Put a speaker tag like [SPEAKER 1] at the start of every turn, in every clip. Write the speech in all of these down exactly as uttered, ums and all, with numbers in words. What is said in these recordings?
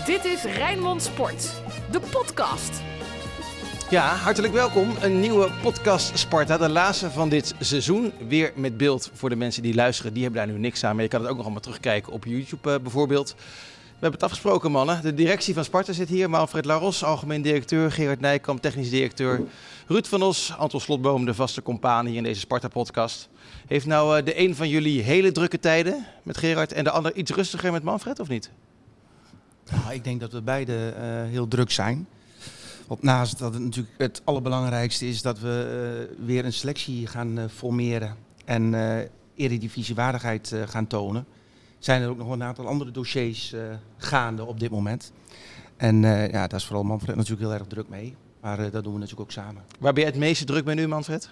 [SPEAKER 1] Dit is Rijnmond Sport, de podcast.
[SPEAKER 2] Ja, hartelijk welkom. Een nieuwe podcast Sparta, de laatste van dit seizoen. Weer met beeld voor de mensen die luisteren, die hebben daar nu niks aan. Maar je kan het ook nog allemaal terugkijken op YouTube uh, bijvoorbeeld. We hebben het afgesproken, mannen. De directie van Sparta zit hier. Manfred Laros, algemeen directeur. Gerard Nijkamp, technisch directeur. Ruud van Os, Anton Slotboom, de vaste compaan hier in deze Sparta-podcast. Heeft nou uh, de een van jullie hele drukke tijden met Gerard en de ander iets rustiger met Manfred, of niet?
[SPEAKER 3] Nou, ik denk dat we beide uh, heel druk zijn. Want naast dat het natuurlijk het allerbelangrijkste is dat we uh, weer een selectie gaan uh, formeren en uh, eredivisiewaardigheid uh, gaan tonen, zijn er ook nog een aantal andere dossiers uh, gaande op dit moment. En uh, ja, daar is vooral Manfred natuurlijk heel erg druk mee. Maar uh, dat doen we natuurlijk ook samen.
[SPEAKER 2] Waar ben je het meeste druk mee nu, Manfred?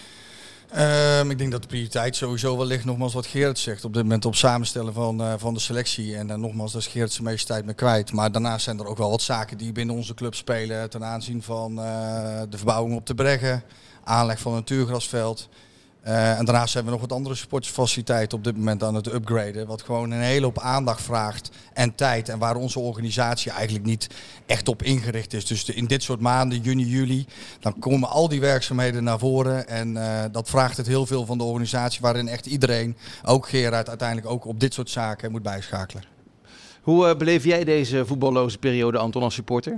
[SPEAKER 4] Um, ik denk dat de prioriteit sowieso wel ligt, nogmaals wat Gerard zegt, op dit moment op samenstellen van, uh, van de selectie. En uh, nogmaals, daar is Gerard zijn meeste tijd mee kwijt. Maar daarnaast zijn er ook wel wat zaken die binnen onze club spelen ten aanzien van uh, de verbouwing op de Breggen, aanleg van een natuurgrasveld. Uh, en daarnaast hebben we nog wat andere sportsfaciliteiten op dit moment aan het upgraden. Wat gewoon een hele hoop aandacht vraagt en tijd. En waar onze organisatie eigenlijk niet echt op ingericht is. Dus de, in dit soort maanden, juni, juli, dan komen al die werkzaamheden naar voren. En uh, dat vraagt het heel veel van de organisatie. Waarin echt iedereen, ook Gerard, uiteindelijk ook op dit soort zaken moet bijschakelen.
[SPEAKER 2] Hoe uh, beleef jij deze voetballoze periode, Anton, als supporter?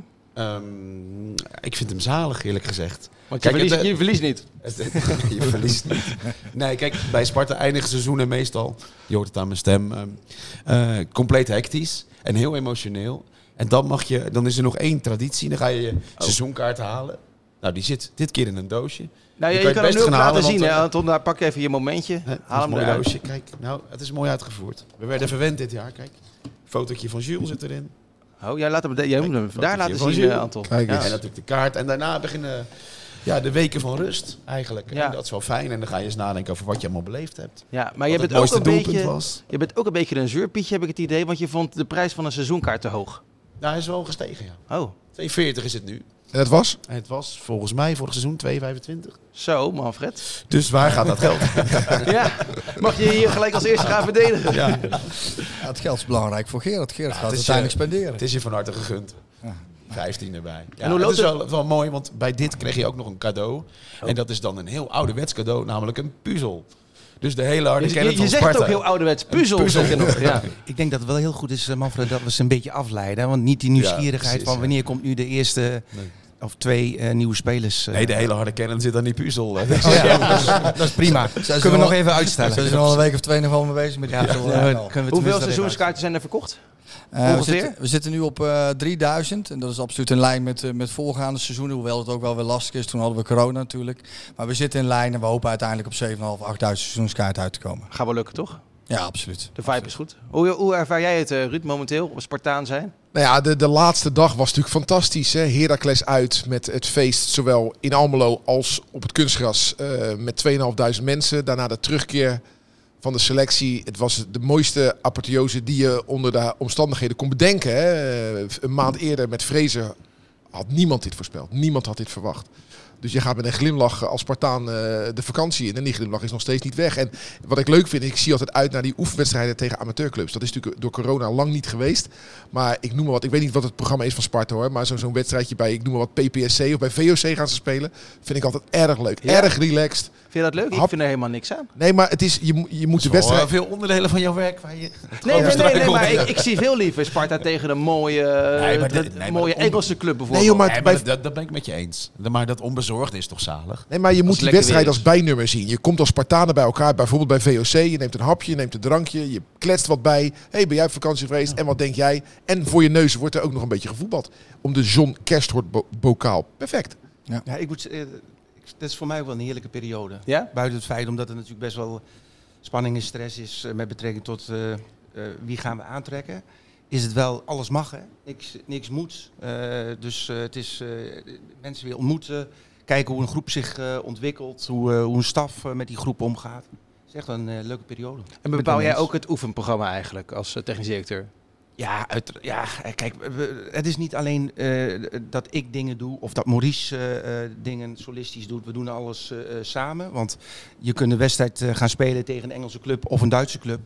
[SPEAKER 5] Um, ik vind hem zalig, eerlijk gezegd.
[SPEAKER 2] Want je,
[SPEAKER 5] kijk,
[SPEAKER 2] verliest,
[SPEAKER 5] het,
[SPEAKER 2] je verliest niet.
[SPEAKER 5] Het, je verliest niet. Nee, kijk, bij Sparta eindigen seizoenen meestal, je hoort het aan mijn stem, um, uh, compleet hectisch en heel emotioneel. En dan, mag je, dan is er nog één traditie, dan ga je je oh. seizoenkaart halen. Nou, die zit dit keer in een doosje.
[SPEAKER 2] Nou ja, je, je kan, kan hem nu ook laten halen, zien, hè, Anton. Daar pak even je momentje. He, haal hem
[SPEAKER 5] mooi
[SPEAKER 2] eruit.
[SPEAKER 5] Doosje. Kijk, nou, het is mooi uitgevoerd. We werden verwend dit jaar, kijk. Fotootje van Jules zit erin.
[SPEAKER 2] Oh, jij laat hem, jij moet hem daar laten zien, Jules. Anton.
[SPEAKER 5] Kijk eens. Ja. En natuurlijk de kaart. En daarna beginnen ja, de weken van rust eigenlijk. Ja. En dat is wel fijn. En dan ga je eens nadenken over wat je allemaal beleefd hebt.
[SPEAKER 2] Ja, maar je bent, ook een beetje, was. je bent ook een beetje een zeurpietje, heb ik het idee. Want je vond de prijs van een seizoenkaart te hoog.
[SPEAKER 5] Nou, hij is wel gestegen, ja.
[SPEAKER 2] Oh.
[SPEAKER 5] twee veertig is het nu.
[SPEAKER 4] En het was?
[SPEAKER 5] En het was volgens mij vorig seizoen twee vijfentwintig.
[SPEAKER 2] Zo, Manfred.
[SPEAKER 5] Dus waar gaat dat geld?
[SPEAKER 2] Ja, mag je hier gelijk als eerste gaan verdedigen?
[SPEAKER 4] Ja. Ja, het geld is belangrijk voor Gerard. Gerard ja, gaat het uiteindelijk
[SPEAKER 5] je,
[SPEAKER 4] spenderen.
[SPEAKER 5] Het is je van harte gegund. Ja. vijftien erbij. Ja,
[SPEAKER 2] en hoe
[SPEAKER 5] het
[SPEAKER 2] loopt
[SPEAKER 5] is
[SPEAKER 2] het?
[SPEAKER 5] wel, wel mooi, want bij dit kreeg je ook nog een cadeau. Oh. En dat is dan een heel ouderwets cadeau, namelijk een puzzel. Dus de hele harde
[SPEAKER 2] je,
[SPEAKER 5] kennis
[SPEAKER 2] je,
[SPEAKER 5] van
[SPEAKER 2] je
[SPEAKER 5] Sparta.
[SPEAKER 2] zegt ook heel ouderwets. Puzzel, puzzel. Zeg nog. Ja.
[SPEAKER 3] Ik denk dat het wel heel goed is, Manfred, dat we ze een beetje afleiden. Want niet die nieuwsgierigheid ja, precies, van wanneer ja. komt nu de eerste... Nee. Of twee uh, nieuwe spelers. Uh,
[SPEAKER 5] nee, de hele harde kern zit aan die puzzel.
[SPEAKER 3] Oh, ja, dat, is, dat is prima. Kunnen we nog even uitstellen.
[SPEAKER 4] Ze zijn al een week of twee nog wel mee bezig met die
[SPEAKER 3] ja,
[SPEAKER 4] puzzel.
[SPEAKER 3] ja,
[SPEAKER 4] Ja,
[SPEAKER 3] ja.
[SPEAKER 2] Hoeveel seizoenskaarten zijn er verkocht?
[SPEAKER 4] Uh, we, zitten, we zitten nu op uh, drieduizend. En dat is absoluut in lijn met, uh, met voorgaande seizoenen. Hoewel het ook wel weer lastig is. Toen hadden we corona natuurlijk. Maar we zitten in lijn en we hopen uiteindelijk op zeven vijfduizend, achtduizend seizoenskaarten uit te komen.
[SPEAKER 2] Gaat wel lukken, toch?
[SPEAKER 4] Ja, absoluut.
[SPEAKER 2] De vibe is goed. Hoe, hoe ervaar jij het, uh, Ruud, momenteel? Op Spartaan zijn?
[SPEAKER 6] Nou ja, de, de laatste dag was natuurlijk fantastisch. Hè? Heracles uit met het feest, zowel in Almelo als op het kunstgras. Uh, met tweeduizend mensen. Daarna de terugkeer van de selectie. Het was de mooiste apotheose die je onder de omstandigheden kon bedenken. Hè? Uh, een maand eerder met Fraser had niemand dit voorspeld. Niemand had dit verwacht. Dus je gaat met een glimlach als Spartaan uh, de vakantie in. En die glimlach is nog steeds niet weg. En wat ik leuk vind, ik zie altijd uit naar die oefenwedstrijden tegen amateurclubs. Dat is natuurlijk door corona lang niet geweest. Maar ik noem maar wat, ik weet niet wat het programma is van Sparta hoor. Maar zo, zo'n wedstrijdje bij, ik noem maar wat, P P S C of bij V O C gaan ze spelen. Vind ik altijd erg leuk. Ja. Erg relaxed.
[SPEAKER 2] Vind je dat leuk? Ik vind er helemaal niks aan.
[SPEAKER 6] Nee, maar het is, je, je moet de wedstrijd...
[SPEAKER 5] veel onderdelen van jouw werk waar je...
[SPEAKER 2] Nee, nee, nee, nee, maar ik, ik zie veel liever Sparta tegen een mooie, nee, maar de, nee, mooie maar Engelse club bijvoorbeeld. Nee, joh, maar
[SPEAKER 5] nee, maar bij... dat, dat ben ik met je eens. Maar dat onbezorgd is toch zalig?
[SPEAKER 6] Nee, maar je moet die wedstrijd als bijnummer zien. Je komt als Spartanen bij elkaar, bijvoorbeeld bij V O C. Je neemt een hapje, je neemt een drankje, je kletst wat bij. Hé, hey, ben jij op vakantie geweest? Ja. En wat denk jij? En voor je neus wordt er ook nog een beetje gevoetbald. Om de John Kersthort-bokaal. Perfect.
[SPEAKER 3] Ja, ja ik moet... Uh, dat is voor mij ook wel een heerlijke periode.
[SPEAKER 2] Ja?
[SPEAKER 3] Buiten het feit omdat er natuurlijk best wel spanning en stress is uh, met betrekking tot uh, uh, wie gaan we aantrekken. Is het wel, alles mag hè, niks, niks moet. Uh, dus uh, het is uh, mensen weer ontmoeten, kijken hoe een groep zich uh, ontwikkelt, hoe, uh, hoe een staf uh, met die groep omgaat. Het is echt een uh, leuke periode.
[SPEAKER 2] En bepaal jij ook het oefenprogramma eigenlijk als uh, technisch directeur?
[SPEAKER 3] Ja, uit, ja, kijk, we, het is niet alleen uh, dat ik dingen doe of dat Maurice uh, dingen solistisch doet. We doen alles uh, samen, want je kunt een wedstrijd uh, gaan spelen tegen een Engelse club of een Duitse club.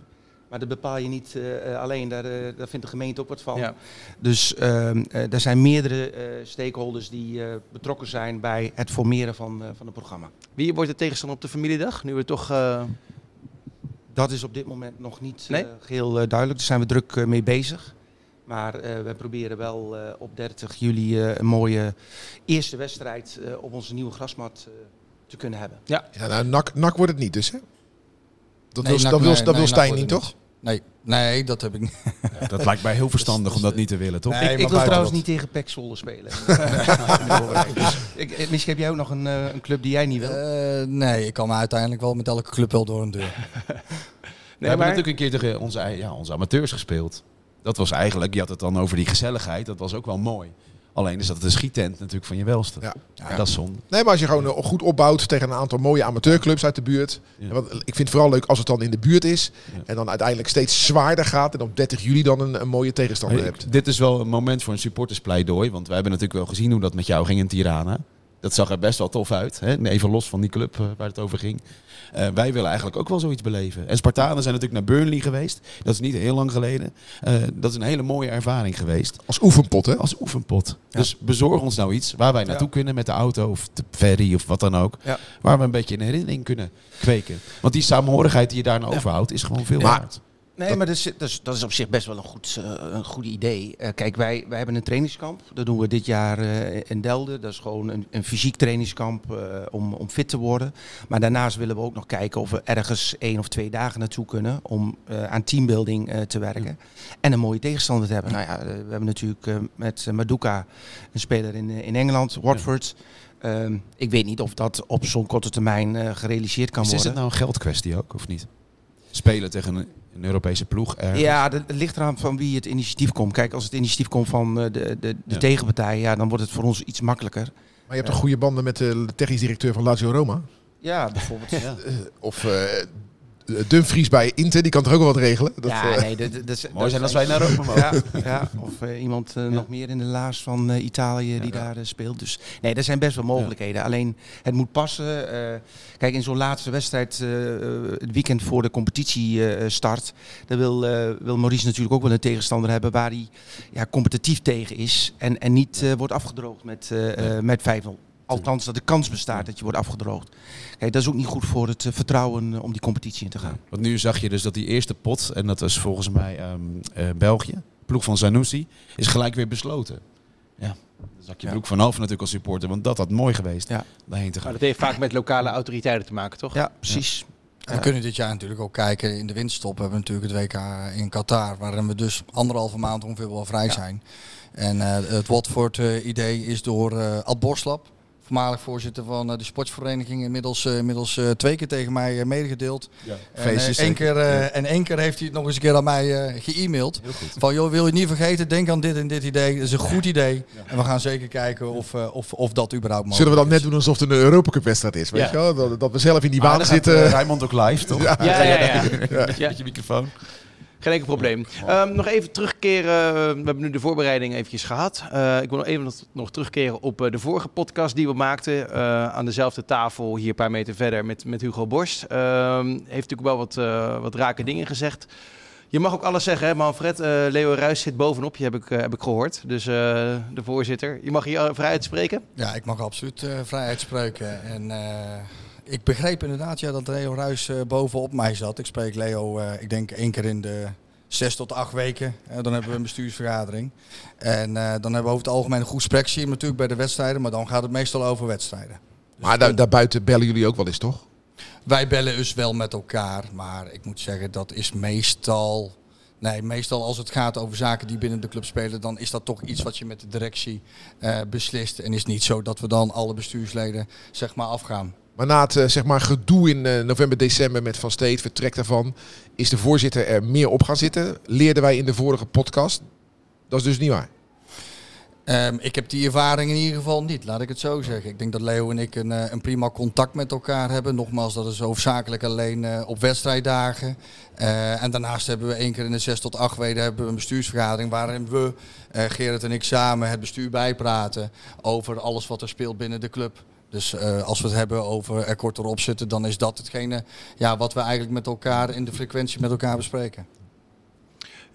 [SPEAKER 3] Maar dat bepaal je niet uh, alleen, daar, uh, daar vindt de gemeente ook wat van.
[SPEAKER 2] Ja.
[SPEAKER 3] Dus uh, uh, er zijn meerdere uh, stakeholders die uh, betrokken zijn bij het formeren van, uh, van het programma.
[SPEAKER 2] Wie wordt de tegenstander op de familiedag? Nu we toch... Uh...
[SPEAKER 3] Dat is op dit moment nog niet
[SPEAKER 2] nee?
[SPEAKER 3] uh, geheel uh, duidelijk. Daar zijn we druk uh, mee bezig. Maar uh, we proberen wel uh, op dertig juli uh, een mooie eerste wedstrijd uh, op onze nieuwe grasmat uh, te kunnen hebben.
[SPEAKER 2] Ja,
[SPEAKER 6] ja nou, N A C, N A C wordt het niet dus, hè? Dat
[SPEAKER 4] nee,
[SPEAKER 6] wil,
[SPEAKER 4] nak,
[SPEAKER 6] dat wil,
[SPEAKER 4] nee,
[SPEAKER 6] dat
[SPEAKER 4] nee,
[SPEAKER 6] wil Stijn
[SPEAKER 4] niet,
[SPEAKER 6] niet, toch?
[SPEAKER 4] Nee, nee, dat heb ik niet.
[SPEAKER 5] Ja, dat lijkt mij heel verstandig om dat niet te willen, toch?
[SPEAKER 4] Nee,
[SPEAKER 3] ik ik wil trouwens niet tegen P E C Zwolle spelen. dus, ik, misschien heb jij ook nog een, uh, een club die jij niet wil?
[SPEAKER 4] Uh, nee, ik kan me uiteindelijk wel met elke club wel door een deur.
[SPEAKER 5] We
[SPEAKER 2] nee,
[SPEAKER 5] hebben
[SPEAKER 2] maar...
[SPEAKER 5] natuurlijk een keer tegen onze, ja, onze amateurs gespeeld. Dat was eigenlijk, je had het dan over die gezelligheid, dat was ook wel mooi. Alleen is dat de schiettent natuurlijk van je welste.
[SPEAKER 6] Ja.
[SPEAKER 5] Ja, dat is zonde.
[SPEAKER 6] Nee, maar als je gewoon uh, goed opbouwt tegen een aantal mooie amateurclubs uit de buurt.
[SPEAKER 5] Ja.
[SPEAKER 6] En wat, ik vind het vooral leuk als het dan in de buurt is.
[SPEAKER 5] Ja.
[SPEAKER 6] En dan uiteindelijk steeds zwaarder gaat. En op dertig juli dan een, een mooie tegenstander
[SPEAKER 5] Hey,
[SPEAKER 6] hebt.
[SPEAKER 5] dit is wel een moment voor een supporterspleidooi. Want wij hebben natuurlijk wel gezien hoe dat met jou ging in Tirana. Dat zag er best wel tof uit. Hè? Even los van die club uh, waar het over ging. Uh, wij willen eigenlijk ook wel zoiets beleven. En Spartanen zijn natuurlijk naar Burnley geweest. Dat is niet heel lang geleden. Uh, dat is een hele mooie ervaring geweest.
[SPEAKER 6] Als oefenpot, hè?
[SPEAKER 5] Als oefenpot.
[SPEAKER 3] Ja.
[SPEAKER 5] Dus bezorg ons nou iets waar wij naartoe
[SPEAKER 3] Ja.
[SPEAKER 5] kunnen met de auto of de ferry of wat dan ook.
[SPEAKER 3] Ja.
[SPEAKER 5] Waar we een beetje een herinnering kunnen kweken. Want die samenhorigheid die je daarna overhoudt is gewoon veel
[SPEAKER 6] Maar-
[SPEAKER 5] waard.
[SPEAKER 3] Nee, maar dat is, dat, is, dat is op zich best wel een goed, uh, een goed idee. Uh, kijk, wij, wij hebben een trainingskamp. Dat doen we dit jaar uh, in Delden. Dat is gewoon een, een fysiek trainingskamp uh, om, om fit te worden. Maar daarnaast willen we ook nog kijken of we ergens één of twee dagen naartoe kunnen om uh, aan teambuilding uh, te werken. Ja. En een mooie tegenstander te hebben. Nou ja, uh, we hebben natuurlijk uh, met uh, Maduka een speler in, uh, in Engeland, Watford. Ja. Um, ik weet niet of dat op zo'n korte termijn uh, gerealiseerd kan
[SPEAKER 5] Dus
[SPEAKER 3] worden.
[SPEAKER 5] is het nou een geldkwestie ook, of niet? Spelen tegen een, een Europese ploeg ergens?
[SPEAKER 3] Ja, het ligt eraan van wie het initiatief komt. Kijk, als het initiatief komt van uh, de, de, de
[SPEAKER 5] Ja.
[SPEAKER 3] tegenpartij, ja, dan wordt het voor ons iets makkelijker.
[SPEAKER 6] Maar je hebt toch goede banden met de technisch directeur van Lazio Roma?
[SPEAKER 3] Ja, bijvoorbeeld. ja.
[SPEAKER 6] Uh, of uh, Dumfries bij Inter, die kan toch ook wel wat regelen? Dat,
[SPEAKER 3] ja,
[SPEAKER 6] uh,
[SPEAKER 3] nee, dat, dat, dat,
[SPEAKER 5] Mooi zijn als wij naar Rome mogen.
[SPEAKER 3] Ja, ja, of uh, iemand uh, ja. nog meer in de laars van uh, Italië die ja. daar uh, speelt. Dus nee, er zijn best wel mogelijkheden. Ja. Alleen het moet passen. Uh, kijk, in zo'n laatste wedstrijd, uh, het weekend voor de competitie uh, start, dan wil, uh, wil Maurice natuurlijk ook wel een tegenstander hebben waar hij ja, competitief tegen is en, en niet uh, wordt afgedroogd met, uh, ja. uh, met vijf nul. Althans, dat de kans bestaat dat je wordt afgedroogd. Kijk, dat is ook niet goed voor het uh, vertrouwen uh, om die competitie in te gaan.
[SPEAKER 5] Want nu zag je dus dat die eerste pot, en dat is volgens mij um, uh, België, ploeg van Zanussi, is gelijk weer besloten. Ja, dan zak je
[SPEAKER 3] ja.
[SPEAKER 5] broek van half natuurlijk als supporter, want dat had mooi geweest
[SPEAKER 3] ja.
[SPEAKER 5] daarheen te gaan.
[SPEAKER 2] Maar dat heeft vaak met lokale autoriteiten te maken, toch?
[SPEAKER 3] Ja, precies.
[SPEAKER 4] Ja. We kunnen dit jaar natuurlijk ook kijken in de winterstop. We hebben natuurlijk het W K in Qatar, waarin we dus anderhalve maand ongeveer wel vrij ja. zijn. En uh, het Watford-idee uh, is door uh, Ad Borslap, voormalig voorzitter van uh, de sportvereniging, inmiddels, uh, inmiddels uh, twee keer tegen mij uh, medegedeeld. Ja. En, uh, één keer, uh, ja. en één keer heeft hij het nog eens een keer aan mij uh, ge-e-maild. Van joh, wil je niet vergeten, denk aan dit en dit idee. Dat is een goed idee. Ja. En we gaan zeker kijken of, uh, of, of dat überhaupt mogelijk is.
[SPEAKER 6] Zullen we dan net doen alsof het een Europa Cup wedstrijd is? Weet ja. je wel? Dat, dat we zelf in die baan zitten.
[SPEAKER 5] Uh, Rijnmond ook live, toch?
[SPEAKER 2] Ja, ja, ja. ja.
[SPEAKER 5] ja. Met je microfoon.
[SPEAKER 2] Geen enkel probleem. Um, nog even terugkeren. We hebben nu de voorbereiding eventjes gehad. Uh, ik wil nog even nog, nog terugkeren op uh, de vorige podcast die we maakten. Uh, aan dezelfde tafel, hier een paar meter verder, met, met Hugo Borst. Uh, heeft natuurlijk wel wat, uh, wat rake dingen gezegd. Je mag ook alles zeggen, hè, Manfred. Uh, Leo Ruijs zit bovenop je, heb ik, uh, heb ik gehoord. Dus uh, de voorzitter. Je mag hier uh, vrij uitspreken?
[SPEAKER 4] Ja, ik mag absoluut uh, vrij uitspreken. En... Uh... Ik begreep inderdaad ja, dat Leo Ruijs uh, bovenop mij zat. Ik spreek Leo, uh, ik denk één keer in de zes tot acht weken. Uh, dan hebben we een bestuursvergadering. En uh, dan hebben we over het algemeen een goed spreekteam natuurlijk bij de wedstrijden. Maar dan gaat het meestal over wedstrijden. Dus
[SPEAKER 6] maar daar, daarbuiten bellen jullie ook wel eens, toch?
[SPEAKER 4] Wij bellen dus wel met elkaar. Maar ik moet zeggen, dat is meestal... Nee, meestal als het gaat over zaken die binnen de club spelen, dan is dat toch iets wat je met de directie uh, beslist. En is niet zo dat we dan alle bestuursleden zeg maar afgaan.
[SPEAKER 6] Maar na het uh, zeg maar, gedoe in uh, november, december met Van Steet, vertrek daarvan, is de voorzitter er meer op gaan zitten. Leerden wij in de vorige podcast. Dat is dus niet waar.
[SPEAKER 4] Um, ik heb die ervaring in ieder geval niet, laat ik het zo zeggen. Ik denk dat Leo en ik een, uh, een prima contact met elkaar hebben. Nogmaals, dat is hoofdzakelijk alleen uh, op wedstrijddagen. Uh, en daarnaast hebben we één keer in de zes tot acht weken hebben we een bestuursvergadering waarin we, uh, Gerrit en ik samen, het bestuur bijpraten over alles wat er speelt binnen de club. Dus uh, als we het hebben over er korter op zitten, dan is dat hetgene ja, wat we eigenlijk met elkaar in de frequentie met elkaar bespreken.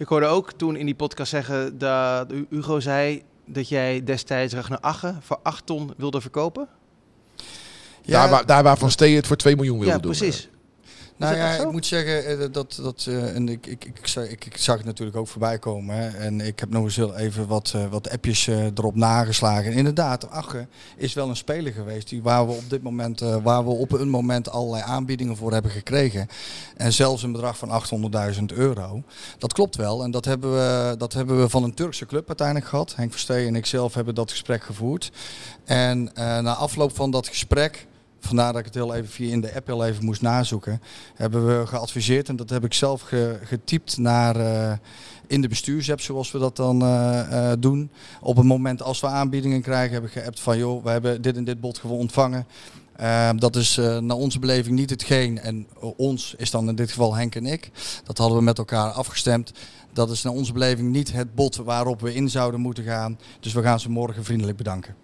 [SPEAKER 2] Ik hoorde ook toen in die podcast zeggen dat Hugo zei dat jij destijds Ragnar Agge voor acht ton wilde verkopen.
[SPEAKER 4] Ja,
[SPEAKER 6] daar, waar, daar waar Van Steen het voor twee miljoen wilde
[SPEAKER 2] Ja,
[SPEAKER 6] doen.
[SPEAKER 2] precies.
[SPEAKER 4] Nou
[SPEAKER 2] Is dat
[SPEAKER 4] ja,
[SPEAKER 2] echt zo?
[SPEAKER 4] ik moet zeggen eh, dat, dat uh, en ik, ik, ik, ik, ik, ik zag het natuurlijk ook voorbij komen. Hè, en ik heb nog eens heel even wat, uh, wat appjes uh, erop nageslagen. En inderdaad, Agge is wel een speler geweest die, waar we op dit moment, uh, waar we op een moment allerlei aanbiedingen voor hebben gekregen. En zelfs een bedrag van achthonderdduizend euro. Dat klopt wel. En dat hebben we, dat hebben we van een Turkse club uiteindelijk gehad. Henk Versteen en ik zelf hebben dat gesprek gevoerd. En uh, na afloop van dat gesprek, vandaar dat ik het heel even via in de app heel even moest nazoeken, hebben we geadviseerd, en dat heb ik zelf ge, getypt naar uh, in de bestuursapp, zoals we dat dan uh, uh, doen. Op het moment als we aanbiedingen krijgen, heb ik geappt van joh, we hebben dit en dit bod gewoon ontvangen. Uh, dat is uh, naar onze beleving niet hetgeen, en uh, ons is dan in dit geval Henk en ik, dat hadden we met elkaar afgestemd. Dat is naar onze beleving niet het bod waarop we in zouden moeten gaan. Dus we gaan ze morgen vriendelijk bedanken.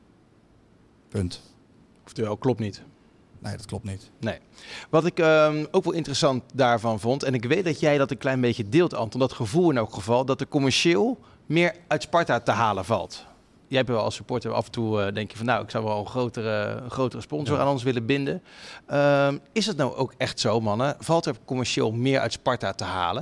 [SPEAKER 4] Punt.
[SPEAKER 2] Oftewel, klopt niet.
[SPEAKER 4] Nee, dat klopt niet.
[SPEAKER 2] Nee. Wat ik um, ook wel interessant daarvan vond, en ik weet dat jij dat een klein beetje deelt, Anton, dat gevoel in elk geval, dat er commercieel meer uit Sparta te halen valt. Jij hebt wel als supporter af en toe, uh, denk je van nou, ik zou wel een grotere, een grotere sponsor ja. aan ons willen binden. Um, is het nou ook echt zo, mannen? Valt er commercieel meer uit Sparta te halen?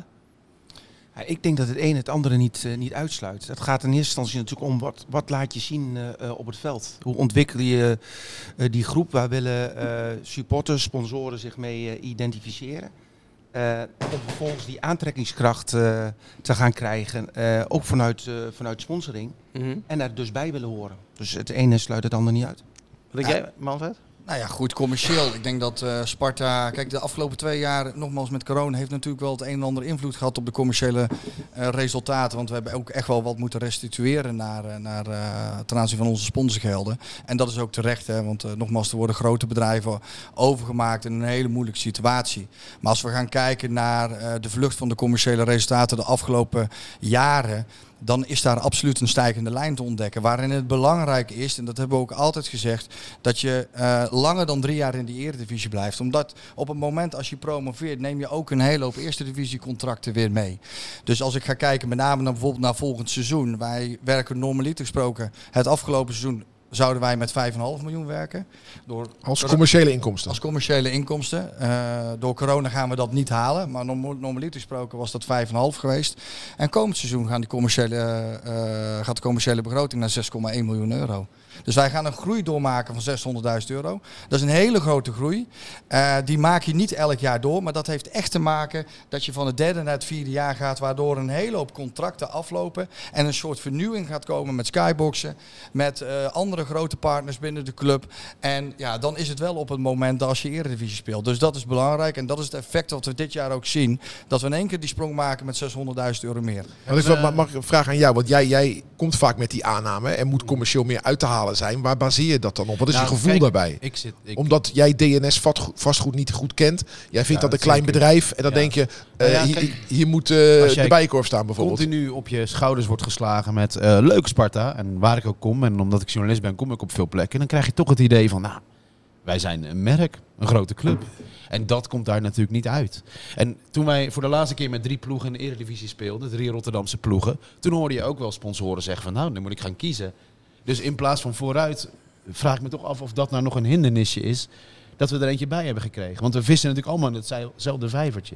[SPEAKER 3] Ja, ik denk dat het een het andere niet, uh, niet uitsluit. Het gaat in eerste instantie natuurlijk om wat, wat laat je zien uh, op het veld. Hoe ontwikkel je uh, die groep? Waar willen uh, supporters, sponsoren zich mee uh, identificeren? Uh, om vervolgens die aantrekkingskracht uh, te gaan krijgen, uh, ook vanuit, uh, vanuit sponsoring. Mm-hmm. En er dus bij willen horen. Dus het ene sluit het ander niet uit.
[SPEAKER 2] Wat denk jij, Manfred?
[SPEAKER 4] Nou ja, goed, commercieel. Ik denk dat uh, Sparta, kijk, de afgelopen twee jaar, nogmaals met corona, heeft natuurlijk wel het een en ander invloed gehad op de commerciële uh, resultaten. Want we hebben ook echt wel wat moeten restitueren naar, uh, naar, uh, ten aanzien van onze sponsorgelden. En dat is ook terecht, hè, want uh, nogmaals, er worden grote bedrijven overgemaakt in een hele moeilijke situatie. Maar als we gaan kijken naar uh, de vlucht van de commerciële resultaten de afgelopen jaren, dan is daar absoluut een stijgende lijn te ontdekken. Waarin het belangrijk is, en dat hebben we ook altijd gezegd, dat je uh, langer dan drie jaar in die eredivisie blijft. Omdat op het moment als je promoveert, neem je ook een hele hoop eerste divisie contracten weer mee. Dus als ik ga kijken met name naar bijvoorbeeld naar volgend seizoen. Wij werken normaliter gesproken het afgelopen seizoen zouden wij met vijf komma vijf miljoen werken. Door,
[SPEAKER 6] als commerciële inkomsten.
[SPEAKER 4] Als commerciële inkomsten. Uh, door corona gaan we dat niet halen. Maar normaliter gesproken was dat vijf komma vijf geweest. En komend seizoen gaan die commerciële, uh, gaat de commerciële begroting naar zes komma één miljoen euro. Dus wij gaan een groei doormaken van zeshonderdduizend euro. Dat is een hele grote groei. Uh, die maak je niet elk jaar door. Maar dat heeft echt te maken dat je van het derde naar het vierde jaar gaat. Waardoor een hele hoop contracten aflopen. En een soort vernieuwing gaat komen met skyboxen. Met uh, andere grote partners binnen de club. En ja, dan is het wel op het moment dat als je eredivisie speelt. Dus dat is belangrijk. En dat is het effect wat we dit jaar ook zien. Dat we in één keer die sprong maken met zeshonderdduizend euro meer.
[SPEAKER 6] Want ik uh, mag ik een vraag aan jou? Want jij, jij komt vaak met die aanname. Er moet commercieel meer uit te halen zijn. Waar baseer je dat dan op? Wat is nou, je gevoel kijk, daarbij? Ik zit, ik... Omdat jij D N S vastgoed niet goed kent. Jij vindt ja, dat een klein zeker. bedrijf. En dan ja. denk je, uh, ja, kijk, hier, hier moet uh, de Bijenkorf staan bijvoorbeeld.
[SPEAKER 5] Continu op je schouders wordt geslagen met uh, leuk Sparta. En waar ik ook kom. En omdat ik journalist ben, kom ik op veel plekken. En dan krijg je toch het idee van, nou, wij zijn een merk. Een grote club. En dat komt daar natuurlijk niet uit. En toen wij voor de laatste keer met drie ploegen in de Eredivisie speelden. Drie Rotterdamse ploegen. Toen hoorde je ook wel sponsoren zeggen van, nou, dan moet ik gaan kiezen. Dus in plaats van vooruit vraag ik me toch af of dat nou nog een hindernisje is dat we er eentje bij hebben gekregen. Want we vissen natuurlijk allemaal in hetzelfde vijvertje.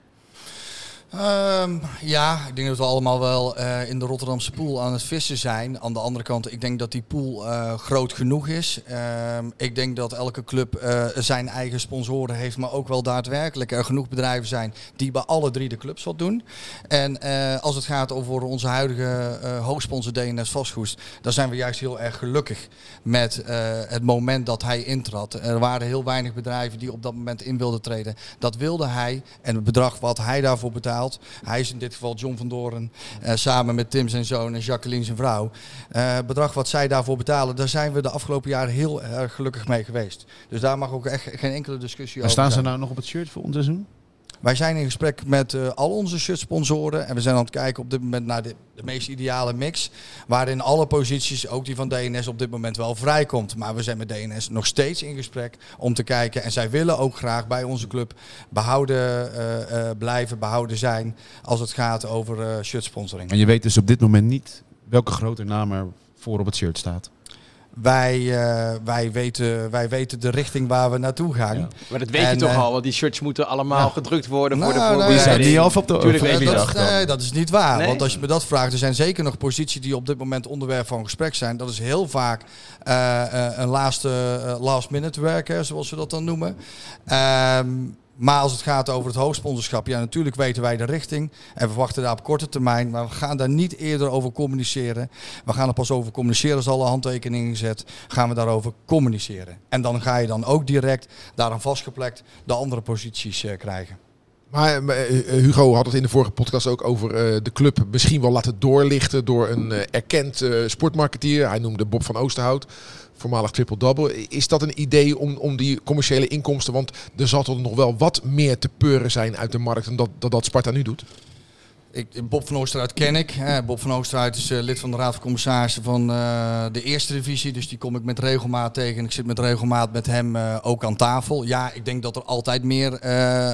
[SPEAKER 4] Um, ja, ik denk dat we allemaal wel uh, in de Rotterdamse pool aan het vissen zijn. Aan de andere kant, ik denk dat die pool uh, groot genoeg is. Um, ik denk dat elke club uh, zijn eigen sponsoren heeft, maar ook wel daadwerkelijk er genoeg bedrijven zijn die bij alle drie de clubs wat doen. En uh, als het gaat over onze huidige uh, hoofdsponsor D N S Vastgoed, dan zijn we juist heel erg gelukkig met uh, het moment dat hij intrad. Er waren heel weinig bedrijven die op dat moment in wilden treden. Dat wilde hij en het bedrag wat hij daarvoor betaalde. Hij is in dit geval John van Doorn, uh, samen met Tim zijn zoon en Jacqueline zijn vrouw. Uh, bedrag wat zij daarvoor betalen, daar zijn we de afgelopen jaren heel erg gelukkig mee geweest. Dus daar mag ook echt geen enkele discussie
[SPEAKER 5] en
[SPEAKER 4] over
[SPEAKER 5] staan
[SPEAKER 4] zijn.
[SPEAKER 5] Ze nou nog op het shirt voor ons seizoen?
[SPEAKER 4] Wij zijn in gesprek met uh, al onze shirtsponsoren en we zijn aan het kijken op dit moment naar de, de meest ideale mix. Waarin alle posities, ook die van D N S, op dit moment wel vrijkomt. Maar we zijn met D N S nog steeds in gesprek om te kijken. En zij willen ook graag bij onze club behouden uh, uh, blijven, behouden zijn als het gaat over uh, shirtsponsoring.
[SPEAKER 5] En je weet dus op dit moment niet welke grote naam er voor op het shirt staat.
[SPEAKER 4] Wij, uh, wij, weten, wij weten de richting waar we naartoe gaan.
[SPEAKER 5] Ja.
[SPEAKER 2] Maar dat weet
[SPEAKER 4] en,
[SPEAKER 2] je toch
[SPEAKER 4] uh,
[SPEAKER 2] al, want die shirts moeten allemaal ja. gedrukt worden
[SPEAKER 4] nou,
[SPEAKER 2] voor de
[SPEAKER 4] nou,
[SPEAKER 2] voorbereiding.
[SPEAKER 5] Die zijn niet af op de
[SPEAKER 2] Tuurlijk weet je
[SPEAKER 4] dat,
[SPEAKER 2] dat.
[SPEAKER 4] is, nee, dat is niet waar.
[SPEAKER 2] Nee?
[SPEAKER 4] Want als je me dat vraagt, er zijn zeker nog posities die op dit moment onderwerp van gesprek zijn. Dat is heel vaak uh, uh, een laatste, uh, last minute werk, hè, zoals we dat dan noemen. Um, Maar als het gaat over het hoogsponsorschap, ja, natuurlijk weten wij de richting. En we verwachten daar op korte termijn. Maar we gaan daar niet eerder over communiceren. We gaan er pas over communiceren als alle handtekeningen gezet. Gaan we daarover communiceren. En dan ga je dan ook direct daaraan vastgeplekt de andere posities uh, krijgen.
[SPEAKER 6] Maar uh, Hugo had het in de vorige podcast ook over uh, de club misschien wel laten doorlichten door een uh, erkend uh, sportmarketeer. Hij noemde Bob van Oosterhout. Voormalig triple-double. Is dat een idee om, om die commerciële inkomsten, want er zal toch nog wel wat meer te peuren zijn uit de markt dan dat, dat, dat Sparta nu doet?
[SPEAKER 4] Ik, Bob van Oosterhout ken ik. Eh, Bob van Oosterhout is uh, lid van de Raad van Commissarissen van uh, de eerste divisie. Dus die kom ik met regelmaat tegen. Ik zit met regelmaat met hem uh, ook aan tafel. Ja, ik denk dat er altijd meer uh,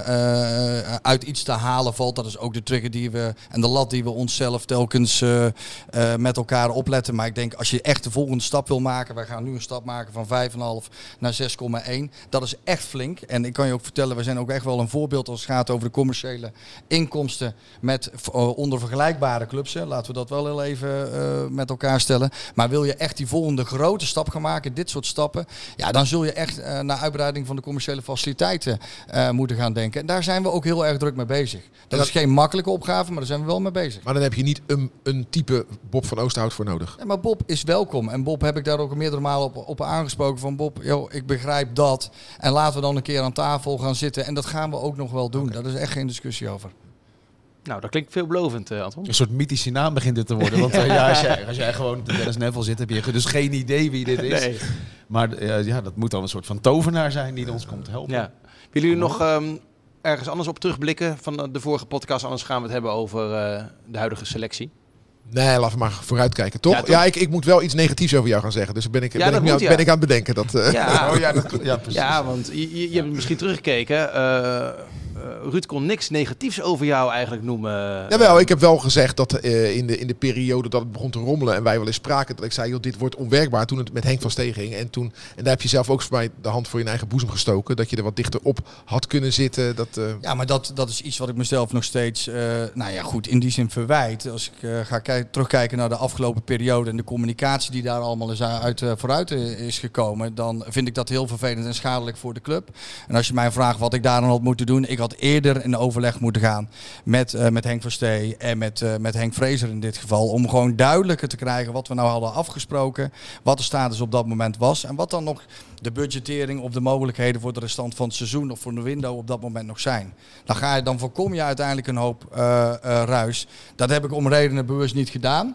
[SPEAKER 4] uh, uit iets te halen valt. Dat is ook de trigger die we en de lat die we onszelf telkens uh, uh, met elkaar opletten. Maar ik denk als je echt de volgende stap wil maken. Wij gaan nu een stap maken van vijf komma vijf naar zes komma één. Dat is echt flink. En ik kan je ook vertellen, we zijn ook echt wel een voorbeeld als het gaat over de commerciële inkomsten met onder vergelijkbare clubs. Hè. Laten we dat wel heel even uh, met elkaar stellen. Maar wil je echt die volgende grote stap gaan maken, dit soort stappen, ja, dan zul je echt uh, naar uitbreiding van de commerciële faciliteiten uh, moeten gaan denken. En daar zijn we ook heel erg druk mee bezig. Dat, dat is geen makkelijke opgave, maar daar zijn we wel mee bezig.
[SPEAKER 6] Maar dan heb je niet een, een type Bob van Oosterhout voor nodig.
[SPEAKER 4] Ja, maar Bob is welkom. En Bob heb ik daar ook meerdere malen op, op aangesproken van Bob, joh, ik begrijp dat. En laten we dan een keer aan tafel gaan zitten. En dat gaan we ook nog wel doen. Okay. Daar is echt geen discussie over.
[SPEAKER 2] Nou, dat klinkt veelbelovend, uh, Anton.
[SPEAKER 5] Een soort mythische naam begint het te worden. Want uh, ja, als, jij, als jij gewoon op de Dennis Neville zit, heb je dus geen idee wie dit is. Nee. Maar uh, ja, dat moet dan een soort van tovenaar zijn die ons komt helpen.
[SPEAKER 2] Ja. Willen jullie nog um, ergens anders op terugblikken van de vorige podcast? Anders gaan we het hebben over uh, de huidige selectie.
[SPEAKER 6] Nee, laten we maar vooruitkijken, toch? Ja, toch? ja ik, ik moet wel iets negatiefs over jou gaan zeggen. Dus ben ik,
[SPEAKER 2] ja,
[SPEAKER 6] ben ik,
[SPEAKER 2] moet,
[SPEAKER 6] nu,
[SPEAKER 2] ja.
[SPEAKER 6] ben ik aan het bedenken. Dat, uh...
[SPEAKER 2] ja.
[SPEAKER 5] Oh, ja, dat, ja, precies.
[SPEAKER 2] Ja, want je, je hebt misschien teruggekeken. Uh, uh, Ruud kon niks negatiefs over jou eigenlijk noemen.
[SPEAKER 6] Jawel, ik heb wel gezegd dat uh, in, de, in de periode dat het begon te rommelen en wij wel eens spraken, dat ik zei, joh, dit wordt onwerkbaar. Toen het met Henk van Steen ging. En, toen, en daar heb je zelf ook voor mij de hand voor je eigen boezem gestoken. Dat je er wat dichter op had kunnen zitten. Dat, uh...
[SPEAKER 4] Ja, maar dat, dat is iets wat ik mezelf nog steeds, uh, nou ja goed, in die zin verwijt. Als ik uh, ga kijk, terugkijken naar de afgelopen periode en de communicatie die daar allemaal is uit, uh, vooruit is gekomen, dan vind ik dat heel vervelend en schadelijk voor de club. En als je mij vraagt wat ik daar dan had moeten doen, ik had eerder in overleg moeten gaan met, uh, met Henk van Stee en met, uh, met Henk Vrezer in dit geval, om gewoon duidelijker te krijgen wat we nou hadden afgesproken, wat de status op dat moment was en wat dan nog de budgettering of de mogelijkheden voor de restant van het seizoen of voor de window op dat moment nog zijn. Dan, ga je, dan voorkom je uiteindelijk een hoop uh, uh, ruis. Dat heb ik om redenen bewust niet gedaan.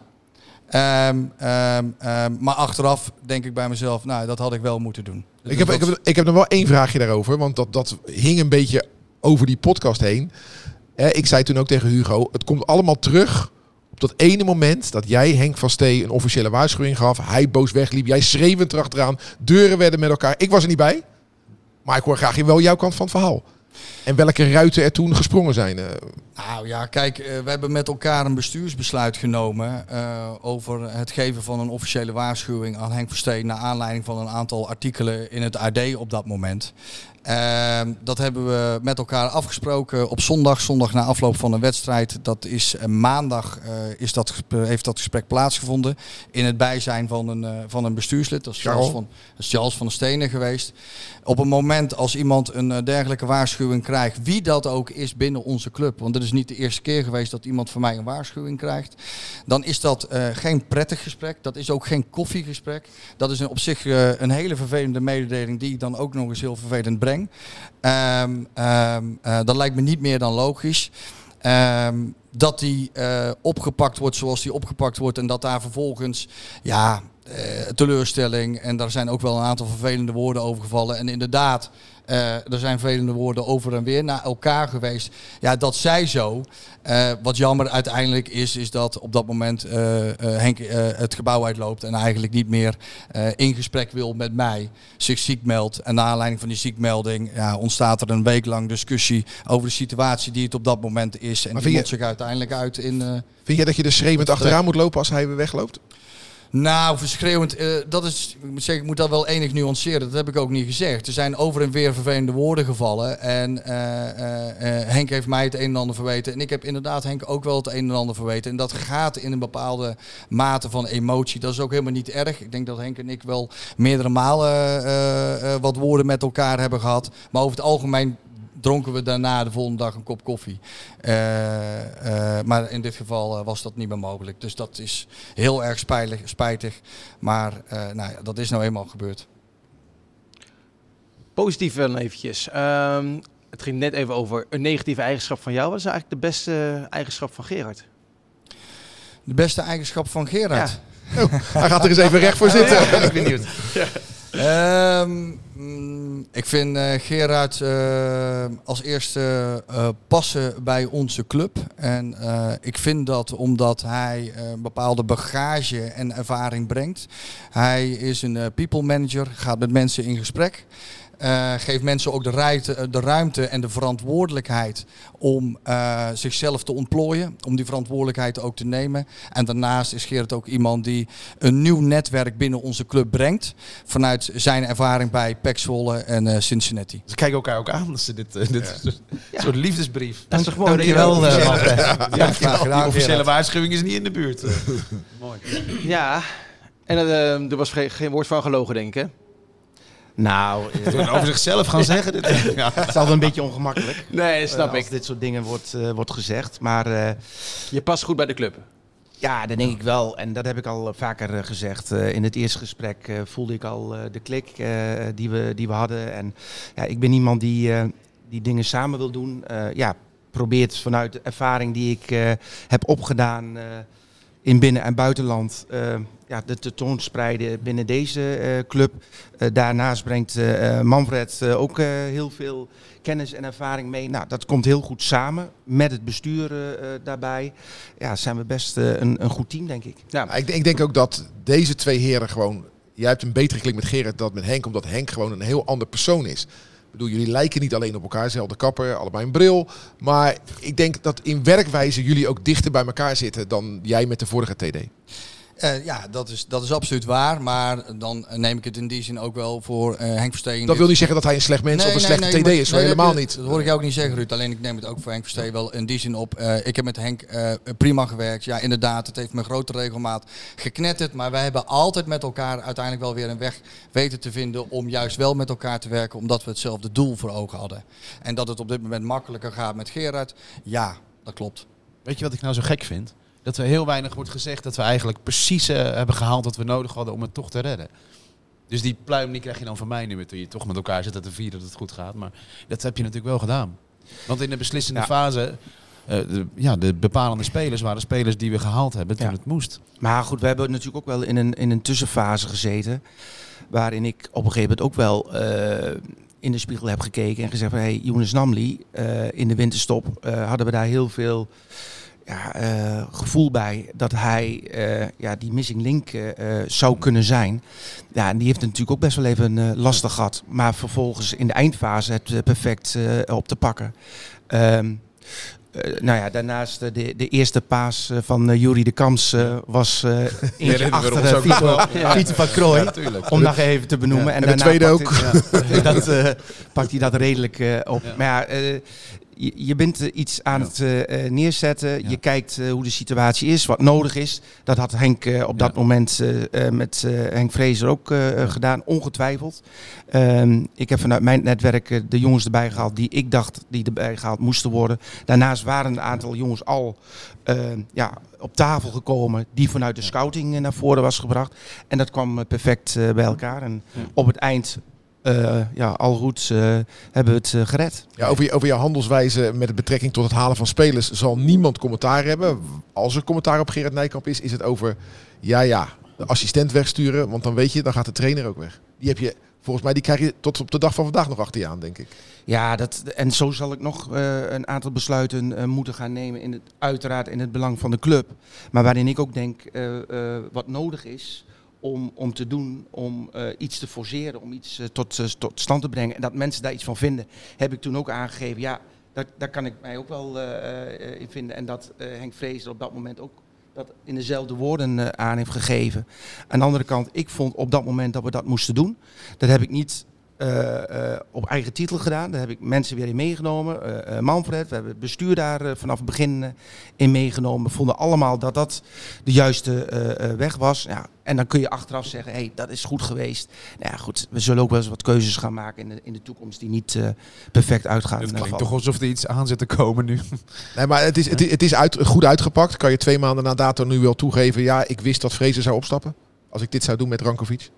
[SPEAKER 4] Um, um, um, maar achteraf denk ik bij mezelf, nou, dat had ik wel moeten doen. Dus
[SPEAKER 6] ik, heb,
[SPEAKER 4] dat...
[SPEAKER 6] ik, heb, ik heb nog wel één vraagje daarover, want dat, dat hing een beetje over die podcast heen. Eh, ik zei toen ook tegen Hugo, het komt allemaal terug op dat ene moment dat jij Henk van Stee een officiële waarschuwing gaf. Hij boos wegliep, jij schreeuwend erachteraan, deuren werden met elkaar. Ik was er niet bij, maar ik hoor graag wel jouw kant van het verhaal. En welke ruiten er toen gesprongen zijn?
[SPEAKER 4] Nou ja, kijk, uh, we hebben met elkaar een bestuursbesluit genomen uh, over het geven van een officiële waarschuwing aan Henk van Steen naar aanleiding van een aantal artikelen in het A D op dat moment. Uh, dat hebben we met elkaar afgesproken op zondag, zondag na afloop van een wedstrijd. Dat is uh, maandag uh, is dat, heeft dat gesprek plaatsgevonden in het bijzijn van een, uh, van een bestuurslid. Dat is Charles van, dat is Charles van der Stenen geweest. Op een moment als iemand een uh, dergelijke waarschuwing krijgt, wie dat ook is binnen onze club, want het is niet de eerste keer geweest dat iemand van mij een waarschuwing krijgt, dan is dat uh, geen prettig gesprek. Dat is ook geen koffiegesprek. Dat is een, op zich uh, een hele vervelende mededeling die ik dan ook nog eens heel vervelend breng. Um, um, uh, dat lijkt me niet meer dan logisch. Um, dat die uh, opgepakt wordt zoals die opgepakt wordt en dat daar vervolgens ja, teleurstelling. En daar zijn ook wel een aantal vervelende woorden over gevallen. En inderdaad, uh, er zijn vervelende woorden over en weer naar elkaar geweest. Ja, dat zij zo. Uh, wat jammer uiteindelijk is, is dat op dat moment uh, uh, Henk uh, het gebouw uitloopt en eigenlijk niet meer uh, in gesprek wil met mij, zich ziek meldt. En naar aanleiding van die ziekmelding ja, ontstaat er een week lang discussie over de situatie die het op dat moment is. En maar die mondt zich uiteindelijk uit in... Uh,
[SPEAKER 6] vind jij dat je er schreeuwend achteraan moet lopen als hij weer wegloopt?
[SPEAKER 4] Nou, verschreeuwend, uh, dat is, ik moet zeggen, ik moet dat wel enig nuanceren. Dat heb ik ook niet gezegd. Er zijn over en weer vervelende woorden gevallen. En uh, uh, uh, Henk heeft mij het een en ander verweten. En ik heb inderdaad Henk ook wel het een en ander verweten. En dat gaat in een bepaalde mate van emotie. Dat is ook helemaal niet erg. Ik denk dat Henk en ik wel meerdere malen uh, uh, wat woorden met elkaar hebben gehad. Maar over het algemeen dronken we daarna de volgende dag een kop koffie. Uh, uh, maar in dit geval uh, was dat niet meer mogelijk. Dus dat is heel erg spijtig. spijtig. Maar uh, nou ja, dat is nou eenmaal gebeurd.
[SPEAKER 2] Positief dan eventjes. Um, het ging net even over een negatieve eigenschap van jou. Wat is eigenlijk de beste eigenschap van Gerard?
[SPEAKER 4] De beste eigenschap van Gerard?
[SPEAKER 6] Ja. Oh, hij gaat er eens even recht voor zitten.
[SPEAKER 3] Ja, ben ik benieuwd.
[SPEAKER 4] Ja. Um, mm, ik vind uh, Gerard uh, als eerste uh, passen bij onze club. En uh, ik vind dat omdat hij uh, een bepaalde bagage en ervaring brengt. Hij is een uh, people manager, gaat met mensen in gesprek. Uh, geeft mensen ook de ruimte, de ruimte en de verantwoordelijkheid om uh, zichzelf te ontplooien. Om die verantwoordelijkheid ook te nemen. En daarnaast is Gerard ook iemand die een nieuw netwerk binnen onze club brengt. Vanuit zijn ervaring bij P E C Zwolle en uh, Cincinnati.
[SPEAKER 5] Ze kijken elkaar ook aan. Dus dit, uh, dit
[SPEAKER 2] ja.
[SPEAKER 5] is een soort liefdesbrief.
[SPEAKER 2] Dat is toch mooi.
[SPEAKER 3] Dankjewel. Uh, ja,
[SPEAKER 5] ja, ja, die officiële waarschuwing is niet in de buurt. Uh.
[SPEAKER 2] Mooi. Ja, en uh, er was geen, geen woord van gelogen, denk ik, hè?
[SPEAKER 3] Nou,
[SPEAKER 5] uh, over zichzelf gaan zeggen. Dit, ja.
[SPEAKER 3] Het is altijd een beetje ongemakkelijk.
[SPEAKER 2] Nee, snap
[SPEAKER 3] uh,
[SPEAKER 2] ik.
[SPEAKER 3] Als dit soort dingen wordt, uh, wordt gezegd. Maar uh,
[SPEAKER 2] je past goed bij de club.
[SPEAKER 3] Ja, dat denk ik wel. En dat heb ik al vaker uh, gezegd. Uh, in het eerste gesprek uh, voelde ik al uh, de klik uh, die, we, die we hadden. En ja, ik ben iemand die, uh, die dingen samen wil doen. Uh, ja, probeert vanuit de ervaring die ik uh, heb opgedaan uh, in binnen- en buitenland Uh, ja, de tentoonspreiden binnen deze uh, club. Uh, daarnaast brengt uh, Manfred uh, ook uh, heel veel kennis en ervaring mee. Nou, dat komt heel goed samen met het bestuur uh, daarbij. Ja, zijn we best uh, een, een goed team, denk ik.
[SPEAKER 6] Ja, ik, ik denk ook dat deze twee heren gewoon... Jij hebt een betere klik met Gerard dan met Henk, omdat Henk gewoon een heel ander persoon is. Ik bedoel, jullie lijken niet alleen op elkaar, dezelfde kapper, allebei een bril. Maar ik denk dat in werkwijze jullie ook dichter bij elkaar zitten dan jij met de vorige T D.
[SPEAKER 4] Uh, ja, dat is, dat is absoluut waar. Maar dan neem ik het in die zin ook wel voor uh, Henk Versteen.
[SPEAKER 6] Dat wil niet zeggen dat hij een slecht mens
[SPEAKER 4] nee,
[SPEAKER 6] of een
[SPEAKER 4] nee,
[SPEAKER 6] slechte
[SPEAKER 4] nee,
[SPEAKER 6] T D
[SPEAKER 4] maar,
[SPEAKER 6] is.
[SPEAKER 4] Nee,
[SPEAKER 6] helemaal
[SPEAKER 4] dat,
[SPEAKER 6] niet.
[SPEAKER 4] Dat hoor ik jou ook niet zeggen, Ruud. Alleen ik neem het ook voor Henk Versteen wel in die zin op. Uh, ik heb met Henk uh, prima gewerkt. Ja, inderdaad, het heeft me grote regelmaat geknetterd. Maar wij hebben altijd met elkaar uiteindelijk wel weer een weg weten te vinden om juist wel met elkaar te werken. Omdat we hetzelfde doel voor ogen hadden. En dat het op dit moment makkelijker gaat met Gerard. Ja, dat klopt.
[SPEAKER 5] Weet je wat ik nou zo gek vind? Dat er heel weinig wordt gezegd dat we eigenlijk precies uh, hebben gehaald wat we nodig hadden om het toch te redden. Dus die pluim die krijg je dan van mij nu weer toen je toch met elkaar zit te vieren dat het goed gaat. Maar dat heb je natuurlijk wel gedaan. Want in de beslissende ja. fase, uh, de, ja, de bepalende spelers waren spelers die we gehaald hebben toen ja. het moest.
[SPEAKER 3] Maar goed, we hebben natuurlijk ook wel in een, in een tussenfase gezeten. Waarin ik op een gegeven moment ook wel uh, in de spiegel heb gekeken en gezegd van hey, Younes Namli, uh, in de winterstop uh, hadden we daar heel veel Ja, uh, gevoel bij dat hij uh, ja, die missing link uh, zou kunnen zijn. Ja, en die heeft natuurlijk ook best wel even uh, lastig gehad. Maar vervolgens in de eindfase het uh, perfect uh, op te pakken. Um, uh, nou ja, daarnaast uh, de, de eerste paas uh, van uh, Jury de Kamps uh, was uh, eentje ja, achter uh, Vito, ja. Vito van Krooi. Ja, om nog even te benoemen.
[SPEAKER 6] Ja. En,
[SPEAKER 3] en
[SPEAKER 6] de tweede ook.
[SPEAKER 3] Hij, ja, dat uh, pakt hij dat redelijk uh, op. Ja. Maar ja, uh, Je, je bent uh, iets aan ja. het uh, neerzetten. Ja. Je kijkt uh, hoe de situatie is, wat nodig is. Dat had Henk uh, op dat ja. moment uh, uh, met uh, Henk Vrezer ook uh, ja. gedaan, ongetwijfeld. Um, ik heb vanuit mijn netwerk uh, de jongens erbij gehaald die ik dacht die erbij gehaald moesten worden. Daarnaast waren een aantal jongens al uh, ja, op tafel gekomen die vanuit de scouting uh, naar voren was gebracht. En dat kwam uh, perfect uh, bij elkaar. En ja. op het eind Uh, ja, al goed uh, hebben we het uh, gered.
[SPEAKER 6] Ja, over, je, over jouw handelswijze met betrekking tot het halen van spelers zal niemand commentaar hebben. Als er commentaar op Gerard Nijkamp is, is het over ja, ja, de assistent wegsturen, want dan weet je, dan gaat de trainer ook weg. Die heb je, volgens mij, die krijg je tot op de dag van vandaag nog achter je aan, denk ik.
[SPEAKER 3] Ja, dat, en zo zal ik nog uh, een aantal besluiten uh, moeten gaan nemen, in het, uiteraard in het belang van de club. Maar waarin ik ook denk, uh, uh, wat nodig is om, om te doen, om uh, iets te forceren, om iets uh, tot, uh, tot stand te brengen. En dat mensen daar iets van vinden, heb ik toen ook aangegeven. Ja, daar, daar kan ik mij ook wel uh, uh, in vinden. En dat uh, Henk Vrezer op dat moment ook dat in dezelfde woorden uh, aan heeft gegeven. Aan de andere kant, ik vond op dat moment dat we dat moesten doen. Dat heb ik niet uh, uh, op eigen titel gedaan. Daar heb ik mensen weer in meegenomen. Uh, uh, Manfred, we hebben het bestuur daar uh, vanaf het begin uh, in meegenomen. We vonden allemaal dat dat de juiste uh, uh, weg was. Ja, en dan kun je achteraf zeggen, hé, hey, dat is goed geweest. Nou ja, goed, we zullen ook wel eens wat keuzes gaan maken in de, in de toekomst die niet uh, perfect uitgaan.
[SPEAKER 7] Het klinkt toch alsof er iets aan zit te komen nu.
[SPEAKER 6] Nee, maar het is, het is, het is uit, goed uitgepakt. Kan je twee maanden na dato nu wel toegeven, ja, ik wist dat Vrezer zou opstappen? Als ik dit zou doen met Rankovic?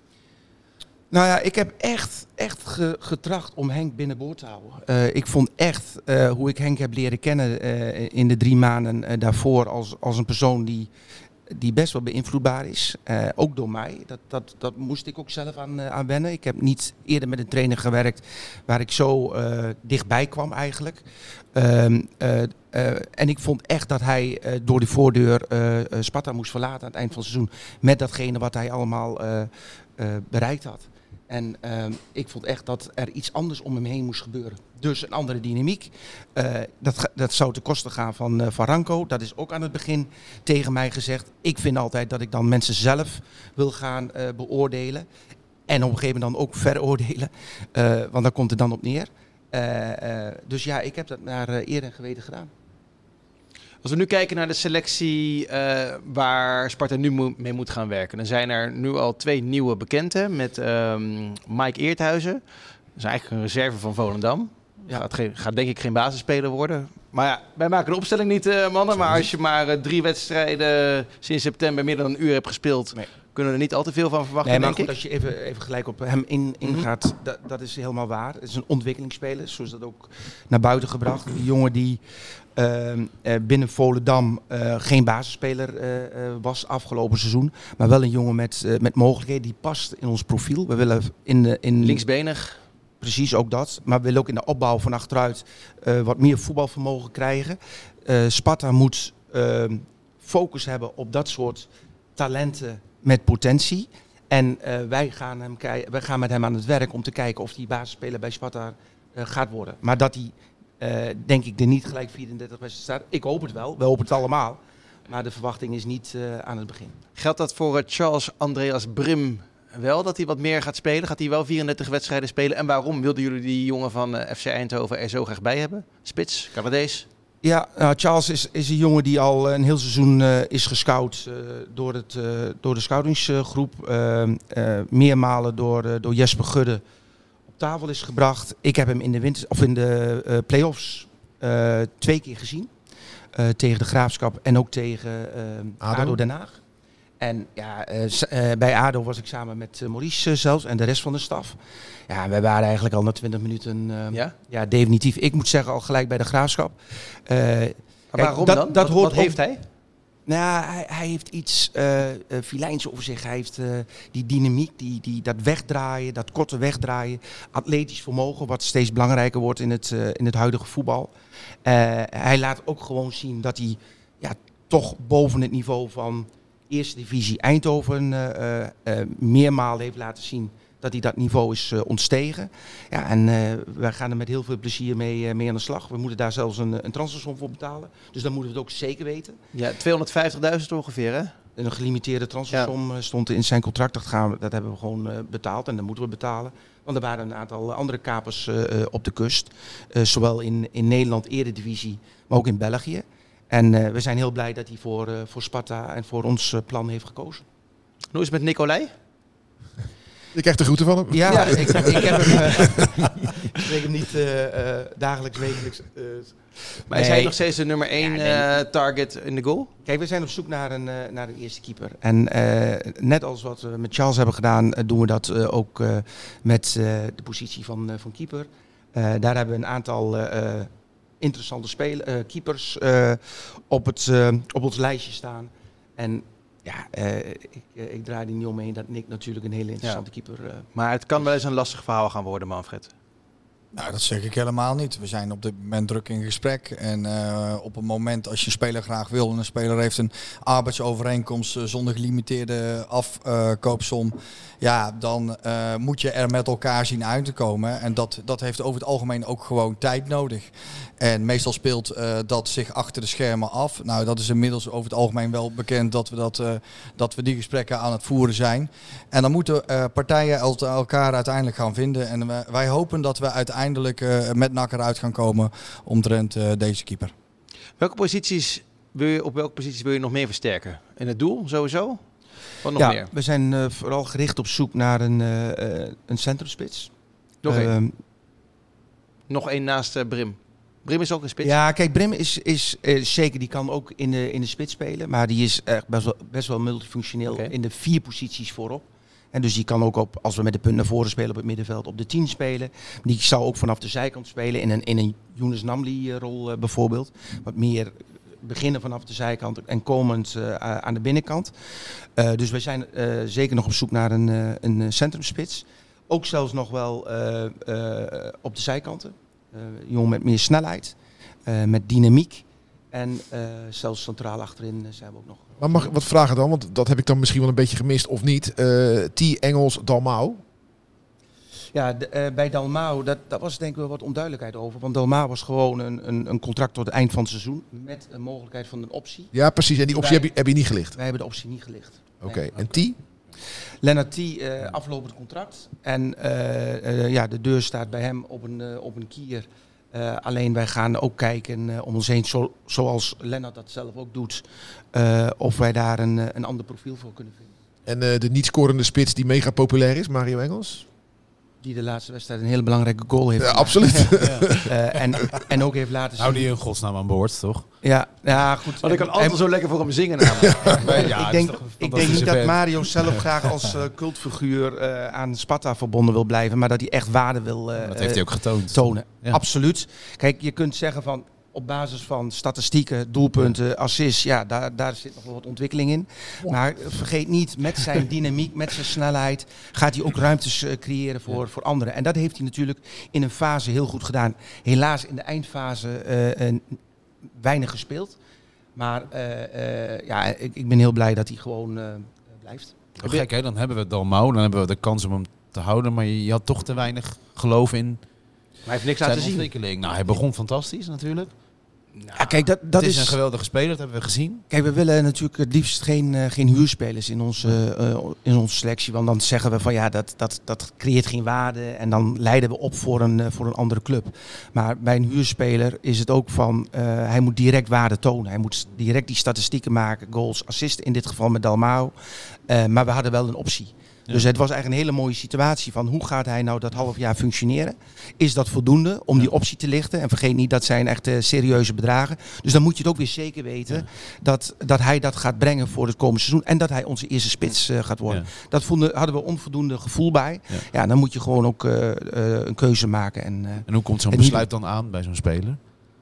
[SPEAKER 3] Nou ja, ik heb echt, echt ge, getracht om Henk binnenboord te houden. Uh, ik vond echt uh, hoe ik Henk heb leren kennen uh, in de drie maanden uh, daarvoor als, als een persoon die, die best wel beïnvloedbaar is. Uh, ook door mij. Dat, dat, dat moest ik ook zelf aan, uh, aan wennen. Ik heb niet eerder met een trainer gewerkt waar ik zo uh, dichtbij kwam eigenlijk. Uh, uh, uh, en ik vond echt dat hij uh, door de voordeur uh, uh, Sparta moest verlaten aan het eind van het seizoen. Met datgene wat hij allemaal uh, uh, bereikt had. En uh, ik vond echt dat er iets anders om hem heen moest gebeuren. Dus een andere dynamiek. Uh, dat, dat zou ten koste gaan van, uh, van Ranko. Dat is ook aan het begin tegen mij gezegd. Ik vind altijd dat ik dan mensen zelf wil gaan uh, beoordelen. En op een gegeven moment dan ook veroordelen. Uh, want daar komt het dan op neer. Uh, uh, dus ja, ik heb dat naar uh, eer en geweten gedaan.
[SPEAKER 2] Als we nu kijken naar de selectie uh, waar Sparta nu mo- mee moet gaan werken. Dan zijn er nu al twee nieuwe bekenden met um, Mike Eerthuizen. Dat is eigenlijk een reserve van Volendam. Ja. Gaat, geen, gaat denk ik geen basisspeler worden. Maar ja, wij maken de opstelling niet, uh, mannen. Maar als je maar uh, drie wedstrijden sinds september meer dan een uur hebt gespeeld... Nee. Kunnen we er niet al te veel van verwachten,
[SPEAKER 3] nee, maar
[SPEAKER 2] denk
[SPEAKER 3] goed,
[SPEAKER 2] ik.
[SPEAKER 3] Als je even, even gelijk op hem in, ingaat, mm-hmm. dat, dat is helemaal waar. Het is een ontwikkelingsspeler, zoals dat ook naar buiten gebracht. Een jongen die uh, uh, binnen Volendam uh, geen basisspeler uh, uh, was afgelopen seizoen. Maar wel een jongen met, uh, met mogelijkheden, die past in ons profiel. We willen in, de, in
[SPEAKER 2] linksbenig.
[SPEAKER 3] Precies, ook dat. Maar we willen ook in de opbouw van achteruit uh, wat meer voetbalvermogen krijgen. Uh, Sparta moet uh, focus hebben op dat soort talenten met potentie. En uh, wij, gaan hem kei- wij gaan met hem aan het werk om te kijken of die basisspeler bij Sparta uh, gaat worden. Maar dat hij, uh, denk ik, er niet gelijk vierendertig wedstrijden staat. Ik hoop het wel. We hopen het allemaal. Maar de verwachting is niet uh, aan het begin.
[SPEAKER 2] Geldt dat voor uh, Charles Andreas Brim wel, dat hij wat meer gaat spelen? Gaat hij wel vierendertig wedstrijden spelen? En waarom wilden jullie die jongen van uh, F C Eindhoven er zo graag bij hebben? Spits, Canadees?
[SPEAKER 3] Ja, nou, Charles is, is een jongen die al een heel seizoen uh, is gescout uh, door, het, uh, door de scoutingsgroep. Uh, uh, meermalen door, uh, door Jesper Gudde op tafel is gebracht. Ik heb hem in de, winter, of in de uh, play-offs uh, twee keer gezien. Uh, tegen de Graafschap en ook tegen uh, ADO. ADO Den Haag. En ja, uh, uh, bij ADO was ik samen met uh, Maurice uh, zelfs en de rest van de staf. Ja, wij waren eigenlijk al na twintig minuten uh, ja? ja, definitief. Ik moet zeggen al gelijk bij de Graafschap. Uh,
[SPEAKER 2] maar
[SPEAKER 3] kijk,
[SPEAKER 2] waarom
[SPEAKER 3] dat,
[SPEAKER 2] dan?
[SPEAKER 3] Dat
[SPEAKER 2] wat,
[SPEAKER 3] hoort
[SPEAKER 2] wat heeft
[SPEAKER 3] ook,
[SPEAKER 2] hij?
[SPEAKER 3] Nou, hij, hij heeft iets uh, uh, filijns over zich. Hij heeft uh, die dynamiek, die, die, dat wegdraaien, dat korte wegdraaien. Atletisch vermogen, wat steeds belangrijker wordt in het, uh, in het huidige voetbal. Uh, hij laat ook gewoon zien dat hij ja, toch boven het niveau van Eerste Divisie Eindhoven uh, uh, uh, meermalen heeft laten zien dat hij dat niveau is uh, ontstegen. Ja, en uh, wij gaan er met heel veel plezier mee, uh, mee aan de slag. We moeten daar zelfs een, een transfersom voor betalen. Dus dan moeten we het ook zeker weten.
[SPEAKER 2] Ja, tweehonderdvijftigduizend ongeveer, hè?
[SPEAKER 3] Een gelimiteerde transfersom ja. stond in zijn contract. Dat, gaan we, dat hebben we gewoon uh, betaald en dat moeten we betalen. Want er waren een aantal andere kapers uh, op de kust. Uh, zowel in, in Nederland, Eredivisie, maar ook in België. En uh, we zijn heel blij dat hij voor, uh, voor Sparta en voor ons uh, plan heeft gekozen.
[SPEAKER 2] Hoe is het met Nicolai?
[SPEAKER 6] Je krijgt de groeten van hem.
[SPEAKER 3] Ja, ja. Ik, ik heb hem. Uh, ik spreek hem niet uh, uh, dagelijks, wekelijks. Uh,
[SPEAKER 2] maar nee. Is hij nog steeds de nummer één ja, nee. uh, target in de goal?
[SPEAKER 3] Kijk, we zijn op zoek naar een, uh, naar een eerste keeper. En uh, net als wat we met Charles hebben gedaan, uh, doen we dat uh, ook uh, met uh, de positie van, uh, van keeper. Uh, daar hebben we een aantal uh, interessante spelen, uh, keepers uh, op, het, uh, op ons lijstje staan. En ja, uh, ik, uh, ik draai er niet omheen dat Nick natuurlijk een hele interessante ja. keeper... Uh,
[SPEAKER 2] maar het kan wel eens een lastig verhaal gaan worden, Manfred.
[SPEAKER 4] Nou, dat zeg ik helemaal niet. We zijn op dit moment druk in gesprek. En uh, op een moment als je een speler graag wil... en een speler heeft een arbeidsovereenkomst... Uh, zonder gelimiteerde afkoopsom... Uh, ja, dan uh, moet je er met elkaar zien uit te komen. En dat, dat heeft over het algemeen ook gewoon tijd nodig. En meestal speelt uh, dat zich achter de schermen af. Nou, dat is inmiddels over het algemeen wel bekend... dat we, dat, uh, dat we die gesprekken aan het voeren zijn. En dan moeten uh, partijen elkaar uiteindelijk gaan vinden. En wij, wij hopen dat we uiteindelijk... eindelijk uh, met N A C eruit gaan komen omtrent uh, deze keeper.
[SPEAKER 2] Welke posities wil je, op welke posities wil je nog meer versterken? In het doel sowieso? Wat nog
[SPEAKER 3] ja,
[SPEAKER 2] meer?
[SPEAKER 3] We zijn uh, vooral gericht op zoek naar een, uh, een centrumspits.
[SPEAKER 2] Nog
[SPEAKER 3] uh,
[SPEAKER 2] één? Nog één naast uh, Brim. Brim is ook een spits?
[SPEAKER 3] Ja, kijk, Brim is, is uh, zeker, die kan ook in de, in de spits spelen. Maar die is echt best wel, best wel multifunctioneel okay. in de vier posities voorop. En dus die kan ook op, als we met de punt naar voren spelen op het middenveld, op de tien spelen. Die zou ook vanaf de zijkant spelen in een, in een Younes Namli-rol uh, bijvoorbeeld. Wat meer beginnen vanaf de zijkant en komend uh, aan de binnenkant. Uh, dus wij zijn uh, zeker nog op zoek naar een, uh, een centrumspits. Ook zelfs nog wel uh, uh, op de zijkanten. Uh, jong met meer snelheid, uh, met dynamiek. En uh, zelfs centraal achterin uh, zijn we ook nog.
[SPEAKER 6] Maar mag ik wat vragen dan? Want dat heb ik dan misschien wel een beetje gemist of niet. Uh, T. Engels, Dalmau.
[SPEAKER 3] Ja, de, uh, bij Dalmau, dat, dat was denk ik wel wat onduidelijkheid over. Want Dalmau was gewoon een, een, een contract tot het eind van het seizoen. Met een mogelijkheid van een optie.
[SPEAKER 6] Ja, precies. En die optie wij, heb, je, heb je niet gelicht?
[SPEAKER 3] Wij hebben de optie niet gelicht.
[SPEAKER 6] Oké. Okay.
[SPEAKER 3] Nee.
[SPEAKER 6] En T?
[SPEAKER 3] Lennart T, uh, aflopend contract. En uh, uh, ja, de deur staat bij hem op een, uh, op een kier. Uh, alleen wij gaan ook kijken uh, om ons heen, zo, zoals Lennart dat zelf ook doet, uh, of wij daar een, uh, een ander profiel voor kunnen vinden.
[SPEAKER 6] En uh, de niet scorende spits die mega populair is, Mario Engels?
[SPEAKER 3] Die de laatste wedstrijd een hele belangrijke goal heeft.
[SPEAKER 6] Ja, absoluut.
[SPEAKER 3] Ja. uh, en, en ook heeft laten zien.
[SPEAKER 7] Hou die in godsnaam aan boord, toch?
[SPEAKER 3] Ja, ja goed.
[SPEAKER 2] Want ik kan altijd en, zo lekker voor hem zingen. Ja.
[SPEAKER 3] Nee, ja, ik denk, ik denk niet dat Mario zelf graag als uh, cultfiguur uh, aan Sparta verbonden wil blijven, maar dat hij echt waarde wil uh,
[SPEAKER 7] dat heeft hij ook getoond.
[SPEAKER 3] tonen. Ja. Absoluut. Kijk, je kunt zeggen van op basis van statistieken, doelpunten, assists, ja, daar, daar zit nog wel wat ontwikkeling in. Maar vergeet niet, met zijn dynamiek, met zijn snelheid, gaat hij ook ruimtes uh, creëren voor, ja. voor anderen. En dat heeft hij natuurlijk in een fase heel goed gedaan. Helaas in de eindfase uh, uh, weinig gespeeld. Maar uh, uh, ja, ik, ik ben heel blij dat hij gewoon uh, blijft.
[SPEAKER 7] Oh, gek hè, dan hebben we Dalmau, dan hebben we de kans om hem te houden. Maar je, je had toch te weinig geloof in...
[SPEAKER 2] Maar hij heeft niks laten zien.
[SPEAKER 7] Ontwikkeling. Nou, hij begon fantastisch natuurlijk.
[SPEAKER 3] Nou, ja, kijk, dat, dat
[SPEAKER 7] het
[SPEAKER 3] is
[SPEAKER 7] is een geweldige speler, dat hebben we gezien.
[SPEAKER 3] Kijk, we willen natuurlijk het liefst geen, uh, geen huurspelers in onze, uh, in onze selectie. Want dan zeggen we van ja, dat, dat, dat creëert geen waarde. En dan leiden we op voor een, uh, voor een andere club. Maar bij een huurspeler is het ook van, uh, hij moet direct waarde tonen. Hij moet direct die statistieken maken, goals, assists, in dit geval met Dalmau. Uh, maar we hadden wel een optie. Ja. Dus het was eigenlijk een hele mooie situatie van hoe gaat hij nou dat half jaar functioneren? Is dat voldoende om die optie te lichten? En vergeet niet, dat zijn echt uh, serieuze bedragen. Dus dan moet je het ook weer zeker weten ja. dat, dat hij dat gaat brengen voor het komende seizoen. En dat hij onze eerste spits uh, gaat worden. Ja. Dat vonden, hadden we onvoldoende gevoel bij. Ja, ja dan moet je gewoon ook uh, uh, een keuze maken. En, uh,
[SPEAKER 7] en hoe komt zo'n besluit dan aan bij zo'n speler?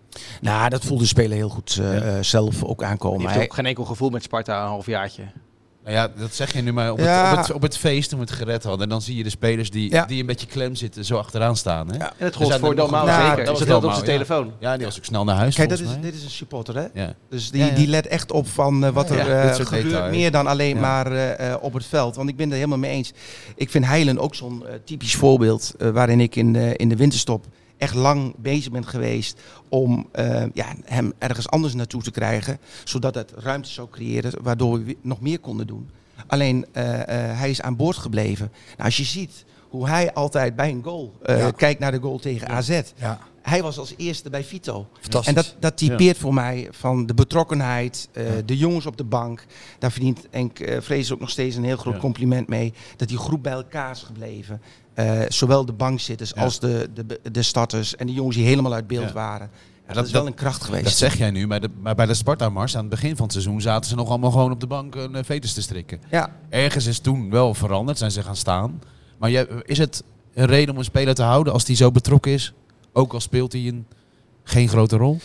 [SPEAKER 3] Nou, dat voelde de speler heel goed uh, ja. uh, zelf ook aankomen.
[SPEAKER 2] Hij heeft ook geen enkel gevoel met Sparta een halfjaartje.
[SPEAKER 7] Nou ja, dat zeg je nu maar op,
[SPEAKER 3] ja.
[SPEAKER 7] het, op, het, op het feest toen we het gered hadden. En dan zie je de spelers die, ja. die een beetje klem zitten, zo achteraan staan. Hè?
[SPEAKER 2] Ja. En het gold voor Dalmau
[SPEAKER 3] nou,
[SPEAKER 2] zeker. Dat was dat op zijn ja. telefoon.
[SPEAKER 7] Ja, die was ook snel naar huis.
[SPEAKER 3] Kijk, dat is, dit is een supporter, hè?
[SPEAKER 7] Ja.
[SPEAKER 3] Dus die,
[SPEAKER 7] ja, ja.
[SPEAKER 3] die let echt op van uh, wat
[SPEAKER 7] ja,
[SPEAKER 3] er
[SPEAKER 7] ja.
[SPEAKER 3] uh, gebeurt, detail, meer dan alleen ja. maar uh, op het veld. Want ik ben er helemaal mee eens. Ik vind Heilen ook zo'n uh, typisch voorbeeld uh, waarin ik in de, in de winterstop echt lang bezig ben geweest om uh, ja, hem ergens anders naartoe te krijgen, zodat het ruimte zou creëren, waardoor we nog meer konden doen. Alleen, uh, uh, hij is aan boord gebleven. Nou, als je ziet hoe hij altijd bij een goal uh, ja. kijkt naar de goal tegen A Z.
[SPEAKER 4] Ja.
[SPEAKER 3] Hij was als eerste bij Vito.
[SPEAKER 4] Fantastisch.
[SPEAKER 3] En dat, dat typeert ja. voor mij van de betrokkenheid, uh, ja. de jongens op de bank. Daar verdient Henk uh, Vrees ook nog steeds een heel groot ja. compliment mee. Dat die groep bij elkaar is gebleven. Uh, zowel de bankzitters ja. als de, de, de starters en de jongens die helemaal uit beeld ja. waren. Ja, dat, dat is wel een kracht geweest.
[SPEAKER 7] Dat zeg jij nu, maar, de, maar bij de Sparta-mars aan het begin van het seizoen zaten ze nog allemaal gewoon op de bank een uh, veters te strikken.
[SPEAKER 3] Ja.
[SPEAKER 7] Ergens is toen wel veranderd, zijn ze gaan staan. Maar jij, is het een reden om een speler te houden als die zo betrokken is? Ook al speelt hij een, geen grote rol?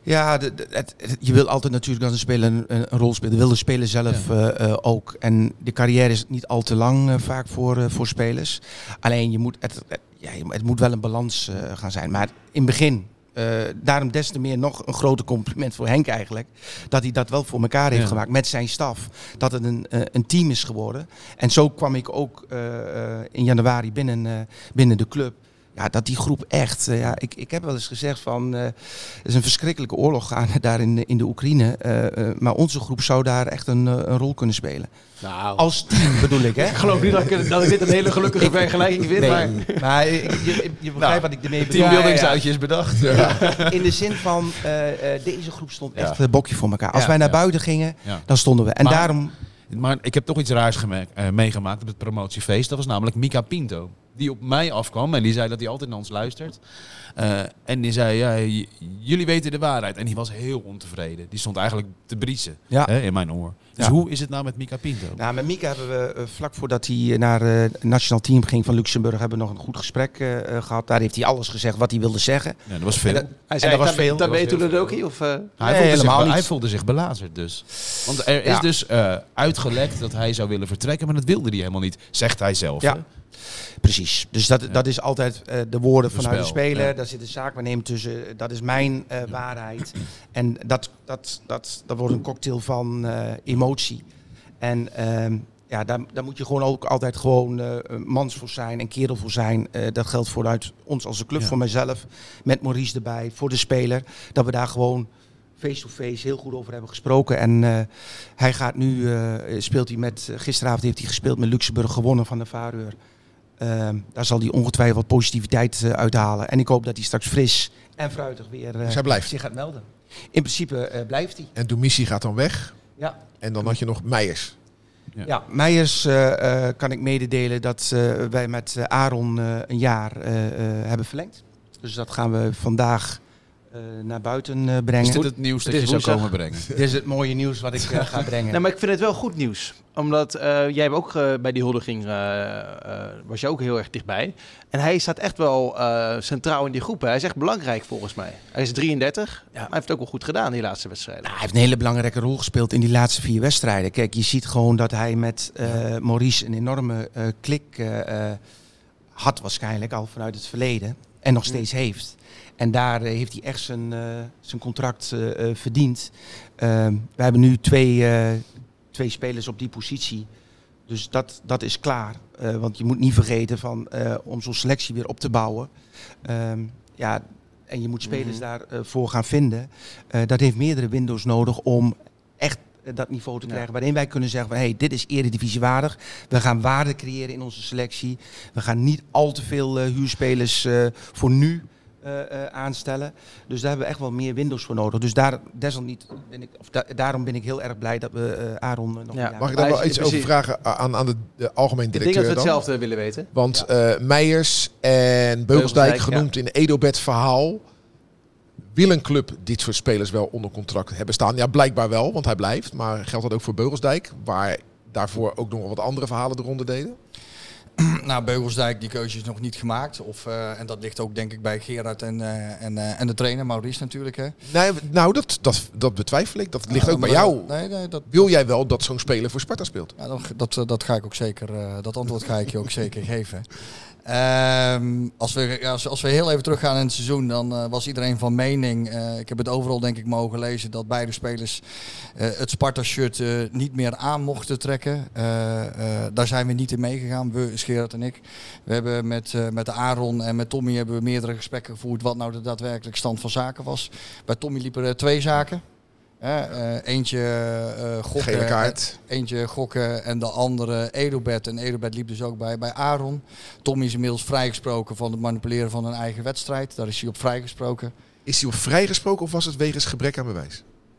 [SPEAKER 3] Ja, de, de, het, het, je wil altijd natuurlijk dat een speler een, een rol spelen. Dat wil de speler zelf ja. uh, uh, ook. En de carrière is niet al te lang uh, vaak voor, uh, voor spelers. Alleen je moet, het, het, ja, het moet wel een balans uh, gaan zijn. Maar in het begin, uh, daarom des te meer nog een grote compliment voor Henk eigenlijk. Dat hij dat wel voor elkaar heeft ja. gemaakt met zijn staf. Dat het een, uh, een team is geworden. En zo kwam ik ook uh, uh, in januari binnen, uh, binnen de club. Ja, dat die groep echt... Uh, ja, ik, ik heb wel eens gezegd van... Uh, er is een verschrikkelijke oorlog gaande daar in, in de Oekraïne. Uh, uh, maar onze groep zou daar echt een, uh, een rol kunnen spelen.
[SPEAKER 2] Nou.
[SPEAKER 3] Als team bedoel ik, hè?
[SPEAKER 2] Ik geloof niet dat ik, dat ik dit een hele gelukkige vergelijking vind.
[SPEAKER 3] Nee,
[SPEAKER 2] maar
[SPEAKER 3] maar je, je, je begrijpt nou, wat ik ermee bedoel.
[SPEAKER 5] Teambuildingsuitje is bedacht. Ja.
[SPEAKER 3] In de zin van... Uh, uh, deze groep stond echt
[SPEAKER 5] ja.
[SPEAKER 3] een bokje voor elkaar. Als
[SPEAKER 7] ja,
[SPEAKER 3] wij naar
[SPEAKER 7] ja.
[SPEAKER 3] buiten gingen,
[SPEAKER 7] ja.
[SPEAKER 3] dan stonden we. En
[SPEAKER 7] maar,
[SPEAKER 3] daarom...
[SPEAKER 7] Maar ik heb toch iets raars gemerkt, uh, meegemaakt op het promotiefeest. Dat was namelijk Mika Pinto. Die op mij afkwam en die zei dat hij altijd naar ons luistert. Uh, en die zei, ja, j- jullie weten de waarheid. En die was heel ontevreden. Die stond eigenlijk te briezen
[SPEAKER 3] ja.
[SPEAKER 7] hè, in mijn oor. Dus
[SPEAKER 3] ja.
[SPEAKER 7] hoe is het nou met Mika Pinto?
[SPEAKER 3] Nou, met Mika hebben we uh, vlak voordat hij naar uh, het nationaal team ging van Luxemburg... hebben we nog een goed gesprek uh, gehad. Daar heeft hij alles gezegd wat hij wilde zeggen.
[SPEAKER 7] Ja, dat was veel.
[SPEAKER 3] Dat,
[SPEAKER 2] hij zei,
[SPEAKER 3] dat was
[SPEAKER 2] dat,
[SPEAKER 3] veel.
[SPEAKER 2] Dat ben je toen het ook hier? Of, uh?
[SPEAKER 7] Hij,
[SPEAKER 3] nee,
[SPEAKER 7] voelde
[SPEAKER 3] helemaal
[SPEAKER 7] zich,
[SPEAKER 3] niet.
[SPEAKER 7] hij voelde zich belazerd dus. Want er is
[SPEAKER 3] ja.
[SPEAKER 7] dus uh, uitgelekt dat hij zou willen vertrekken, maar dat wilde hij helemaal niet, zegt hij zelf.
[SPEAKER 3] Ja.
[SPEAKER 7] Hè?
[SPEAKER 3] Precies. Dus dat,
[SPEAKER 7] Ja.
[SPEAKER 3] dat is altijd uh, de woorden
[SPEAKER 7] Een
[SPEAKER 3] vanuit de
[SPEAKER 7] spel,
[SPEAKER 3] speler.
[SPEAKER 7] ja.
[SPEAKER 3] Daar zit een zaakwaarnemer tussen. Dat is mijn uh, waarheid. En dat, dat, dat, dat wordt een cocktail van uh, emotie. En uh, ja, daar, daar moet je gewoon ook altijd gewoon uh, mans voor zijn en kerel voor zijn. Uh, dat geldt vanuit ons als een club,
[SPEAKER 7] Ja.
[SPEAKER 3] voor mijzelf. Met Maurice erbij, voor de speler. Dat we daar gewoon face-to-face heel goed over hebben gesproken. En uh, hij gaat nu, uh, speelt hij met, uh, gisteravond heeft hij gespeeld met Luxemburg, gewonnen van de Vareur. Uh, daar zal hij ongetwijfeld wat positiviteit uh, uithalen. En ik hoop dat hij straks fris en fruitig weer uh,
[SPEAKER 6] Dus hij blijft.
[SPEAKER 3] zich gaat melden. In principe uh, blijft hij.
[SPEAKER 6] En Doumissi gaat dan weg.
[SPEAKER 3] Ja.
[SPEAKER 6] En dan had je nog Meijers.
[SPEAKER 7] Ja.
[SPEAKER 3] Ja, Meijers uh, uh, kan ik mededelen dat uh, wij met uh, Aaron uh, een jaar uh, uh, hebben verlengd. Dus dat gaan we vandaag uh, naar buiten uh, brengen.
[SPEAKER 7] Is dit het nieuws dat
[SPEAKER 2] Het
[SPEAKER 7] je
[SPEAKER 2] is
[SPEAKER 7] zou
[SPEAKER 2] woensdag.
[SPEAKER 7] komen brengen?
[SPEAKER 3] Dit is het mooie nieuws wat ik uh, ga brengen.
[SPEAKER 2] Nee, maar ik vind het wel goed nieuws. Omdat uh, jij hebt ook uh, bij die huldiging, uh, uh, was je ook heel erg dichtbij. En hij staat echt wel uh, centraal in die groep. Hè. Hij is echt belangrijk volgens mij. Hij is drieëndertig, ja. maar hij heeft het ook wel goed gedaan die laatste wedstrijden.
[SPEAKER 3] Nou, hij heeft een hele belangrijke rol gespeeld in die laatste vier wedstrijden. Kijk, je ziet gewoon dat hij met uh, Maurice een enorme uh, klik uh, uh, had waarschijnlijk al vanuit het verleden. En nog steeds heeft. En daar uh, heeft hij echt zijn, uh, zijn contract uh, uh, verdiend. Uh, we hebben nu twee, uh, twee spelers op die positie. Dus dat, dat is klaar. Uh, want je moet niet vergeten van, uh, om zo'n selectie weer op te bouwen. Um, ja, en je moet spelers mm-hmm. daarvoor uh, gaan vinden. Uh, dat heeft meerdere windows nodig om echt uh, dat niveau te krijgen. Ja. Waarin wij kunnen zeggen van, hey, dit is eredivisiewaardig. We gaan waarde creëren in onze selectie. We gaan niet al te veel uh, huurspelers uh, voor nu Uh, uh, aanstellen. Dus daar hebben we echt wel meer windows voor nodig. Dus daar, desalniet ben ik, of da- daarom ben ik heel erg blij dat we uh, Aaron uh, nog
[SPEAKER 2] Ja.
[SPEAKER 3] een jaar...
[SPEAKER 6] Mag ik daar wel
[SPEAKER 2] Hij is-
[SPEAKER 6] iets over vragen aan, aan de, de algemeen
[SPEAKER 2] Ik denk
[SPEAKER 6] directeur
[SPEAKER 2] dat we
[SPEAKER 6] dan?
[SPEAKER 2] hetzelfde willen weten.
[SPEAKER 6] Want uh, Meijers en Beugelsdijk,
[SPEAKER 2] Beugelsdijk,
[SPEAKER 6] genoemd in Edelbert verhaal. Wil een club dit soort spelers wel onder contract hebben staan? Ja, blijkbaar wel, want hij blijft. Maar geldt dat ook voor Beugelsdijk? Waar daarvoor ook nog wat andere verhalen eronder deden?
[SPEAKER 4] Nou, Beugelsdijk, die keuze is nog niet gemaakt. Of, uh, en dat ligt ook denk ik bij Gerard en, uh, en, uh, en de trainer, Maurice natuurlijk. Hè.
[SPEAKER 6] Nee, nou, dat, dat, dat betwijfel ik. Dat ligt
[SPEAKER 4] Ja,
[SPEAKER 6] ook bij
[SPEAKER 4] maar-
[SPEAKER 6] jou.
[SPEAKER 4] Nee, nee, dat,
[SPEAKER 6] Wil jij wel dat zo'n speler voor Sparta speelt?
[SPEAKER 4] ja, dat, dat, dat ga ik ook zeker, uh, dat antwoord ga ik je ook zeker geven. Um, als, we, als, als we heel even teruggaan in het seizoen, dan uh, was iedereen van mening, uh, ik heb het overal denk ik mogen lezen, dat beide spelers uh, het Sparta-shirt uh, niet meer aan mochten trekken. Uh, uh, daar zijn we niet in meegegaan, we, Gerard en ik. We hebben met, uh, met Aaron en met Tommy hebben we meerdere gesprekken gevoerd wat nou de daadwerkelijk stand van zaken was. Bij Tommy liepen er twee zaken. Uh, uh, eentje uh, gokken,
[SPEAKER 6] Gele kaart.
[SPEAKER 4] En, eentje gokken en de andere Edelbert. En Edelbert liep dus ook bij, bij Aaron. Tommy is inmiddels vrijgesproken van het manipuleren van een eigen wedstrijd. Daar is hij op vrijgesproken.
[SPEAKER 6] Is hij op vrijgesproken of was het wegens gebrek aan bewijs?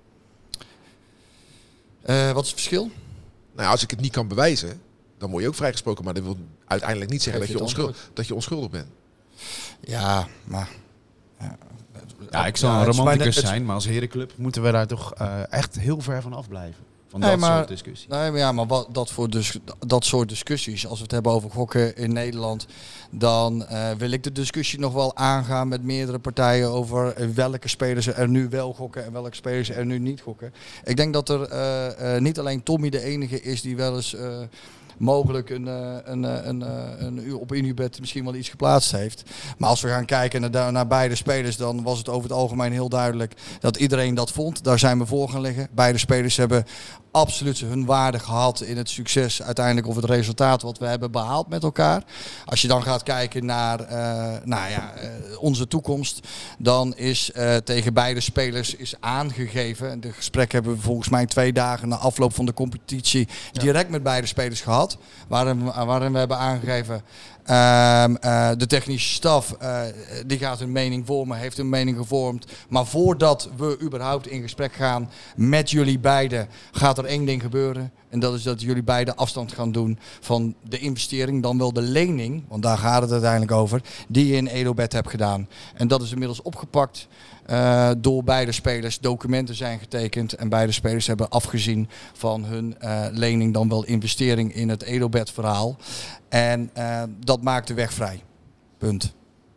[SPEAKER 4] Uh, wat is het verschil?
[SPEAKER 6] Nou ja, als ik het niet kan bewijzen, dan word je ook vrijgesproken. Maar dat wil uiteindelijk niet zeggen
[SPEAKER 4] Geef
[SPEAKER 6] dat je,
[SPEAKER 4] je het
[SPEAKER 6] onschuld, dat je onschuldig bent.
[SPEAKER 4] Ja, maar... Ja,
[SPEAKER 7] Ja, ik zal
[SPEAKER 4] ja,
[SPEAKER 7] een
[SPEAKER 4] het is
[SPEAKER 7] romanticus
[SPEAKER 4] bijna- het-
[SPEAKER 7] zijn, maar als herenclub moeten we daar toch uh, echt heel ver van afblijven. Van
[SPEAKER 4] Nee,
[SPEAKER 7] dat
[SPEAKER 4] maar-
[SPEAKER 7] soort discussies.
[SPEAKER 4] Nee, maar ja, maar wat, dat, voor dus, dat soort discussies, als we het hebben over gokken in Nederland, dan uh, wil ik de discussie nog wel aangaan met meerdere partijen over uh, welke spelers er nu wel gokken en welke spelers er nu niet gokken. Ik denk dat er uh, uh, niet alleen Tommy de enige is die wel eens uh, mogelijk een, uh, een, uh, een, uh, een uur op Unibet misschien wel iets geplaatst heeft. Maar als we gaan kijken naar, naar beide spelers, dan was het over het algemeen heel duidelijk dat iedereen dat vond. Daar zijn we voor gaan liggen. Beide spelers hebben absoluut hun waarde gehad in het succes uiteindelijk of het resultaat wat we hebben behaald met elkaar. Als je dan gaat kijken naar uh, nou ja, uh, onze toekomst, dan is uh, tegen beide spelers is aangegeven, en de gesprekken hebben we volgens mij twee dagen na afloop van de competitie direct met beide spelers gehad, waarin, waarin we hebben aangegeven Um, uh, de technische staf uh, die gaat hun mening vormen, heeft hun mening gevormd. Maar voordat we überhaupt in gesprek gaan met jullie beiden, gaat er één ding gebeuren. En dat is dat jullie beiden afstand gaan doen van de investering, dan wel de lening, want daar gaat het uiteindelijk over, die je in Edobet hebt gedaan. En dat is inmiddels opgepakt uh, door beide spelers. Documenten zijn getekend en beide spelers hebben afgezien van hun uh, lening, dan wel investering in het Edobet verhaal. En uh, dat maakt de weg vrij. Punt.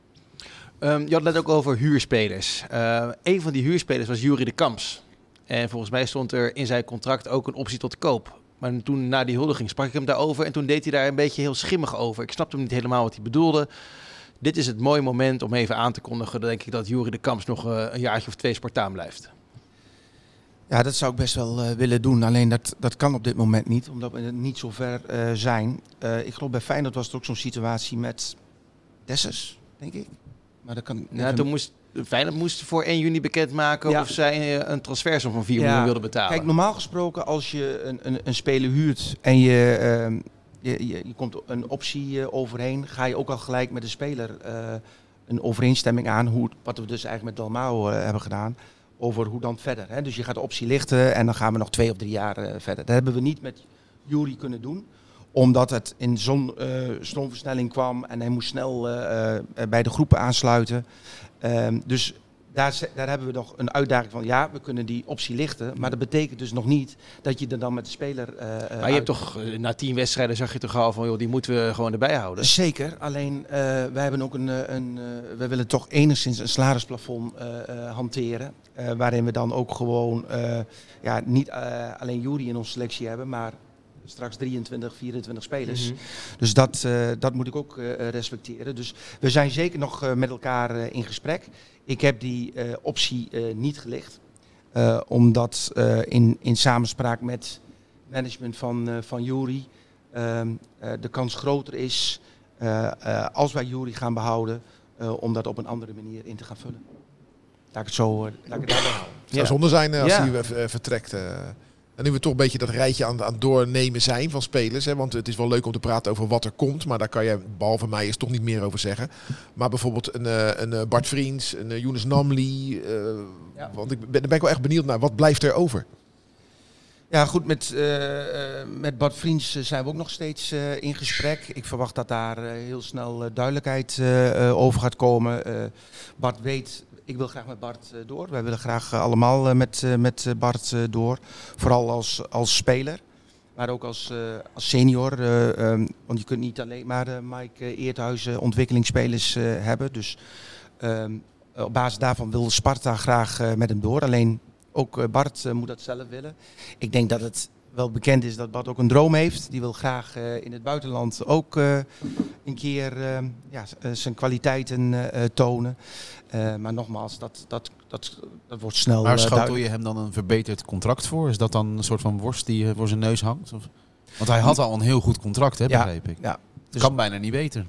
[SPEAKER 2] Um, je had het net ook over huurspelers. Uh, een van die huurspelers was Jury de Kamps. En volgens mij stond er in zijn contract ook een optie tot koop. Maar toen na die huldiging sprak ik hem daarover en toen deed hij daar een beetje heel schimmig over. Ik snapte hem niet helemaal wat hij bedoelde. Dit is het mooie moment om even aan te kondigen, denk ik, dat Jury de Kamps nog uh, een jaartje of twee Spartaan blijft.
[SPEAKER 3] Ja, dat zou ik best wel uh, willen doen. Alleen dat, dat kan op dit moment niet, omdat we niet zo ver uh, zijn. Uh, ik geloof bij Feyenoord was er ook zo'n situatie met Dessers, denk ik. Maar dat kan.
[SPEAKER 2] Ja, toen moest Feyenoord moest voor één juni bekendmaken ja. of zij een transfersom van vier ja. miljoen wilden betalen.
[SPEAKER 3] Kijk, normaal gesproken als je een, een, een speler huurt en je, uh, je, je, je komt een optie uh, overheen, ga je ook al gelijk met de speler uh, een overeenstemming aan, hoe, wat we dus eigenlijk met Dalmau uh, hebben gedaan, over hoe dan verder. Hè? Dus je gaat de optie lichten en dan gaan we nog twee of drie jaar uh, verder. Dat hebben we niet met Jury kunnen doen, omdat het in zo'n uh, stroomversnelling kwam en hij moest snel uh, uh, bij de groepen aansluiten. Um, dus daar, daar hebben we nog een uitdaging van. Ja, we kunnen die optie lichten, maar dat betekent dus nog niet dat je er dan met de speler... Uh,
[SPEAKER 2] maar je
[SPEAKER 3] uit...
[SPEAKER 2] hebt toch, na tien wedstrijden zag je toch al van, joh, die moeten we gewoon erbij houden?
[SPEAKER 3] Zeker, alleen uh, wij hebben ook een, een uh, wij willen toch enigszins een salarisplafond uh, uh, hanteren. Uh, waarin we dan ook gewoon, uh, ja, niet uh, alleen Jury in onze selectie hebben, maar straks drieëntwintig, vierentwintig spelers. Mm-hmm. Dus dat, uh, dat moet ik ook uh, respecteren. Dus we zijn zeker nog uh, met elkaar uh, in gesprek. Ik heb die uh, optie uh, niet gelicht. Uh, omdat uh, in, in samenspraak met management van, uh, van Jury uh, uh, de kans groter is uh, uh, als wij Jury gaan behouden, uh, om dat op een andere manier in te gaan vullen. Laat ik het zo uh, laat ik het daarbij houden.
[SPEAKER 6] Het zou zonde zijn uh, als ja. hij uh, vertrekt. Uh. En nu we toch een beetje dat rijtje aan, aan het doornemen zijn van spelers. Hè, want het is wel leuk om te praten over wat er komt. Maar daar kan je, behalve mij, is toch niet meer over zeggen. Maar bijvoorbeeld een, een Bart Vriends, een Younes Namli. Uh, ja. Want ik ben, daar ben ik wel echt benieuwd naar. Wat blijft er over?
[SPEAKER 3] Ja, goed. Met, uh, met Bart Vriends zijn we ook nog steeds uh, in gesprek. Ik verwacht dat daar uh, heel snel uh, duidelijkheid uh, over gaat komen. Uh, Bart weet... Ik wil graag met Bart uh, door. Wij willen graag uh, allemaal uh, met, uh, met uh, Bart uh, door. Vooral als, als speler, maar ook als, uh, als senior. Uh, um, want je kunt niet alleen maar uh, Mike uh, Eerthuizen ontwikkelingsspelers uh, hebben. Dus um, op basis daarvan wil Sparta graag uh, met hem door. Alleen ook uh, Bart uh, moet dat zelf willen. Ik denk dat het wel bekend is dat Bart ook een droom heeft. Die wil graag uh, in het buitenland ook uh, een keer uh, ja, uh, zijn kwaliteiten uh, tonen. Uh, maar nogmaals, dat, dat, dat, dat wordt snel.
[SPEAKER 7] Maar
[SPEAKER 3] uh,
[SPEAKER 7] schotel
[SPEAKER 3] duidelijk.
[SPEAKER 7] je hem dan een verbeterd contract voor? Is dat dan een soort van worst die voor zijn neus hangt? Of? Want hij had al een heel goed contract, hè, begreep ik.
[SPEAKER 3] Ja, ja. Dus
[SPEAKER 7] kan bijna niet beter.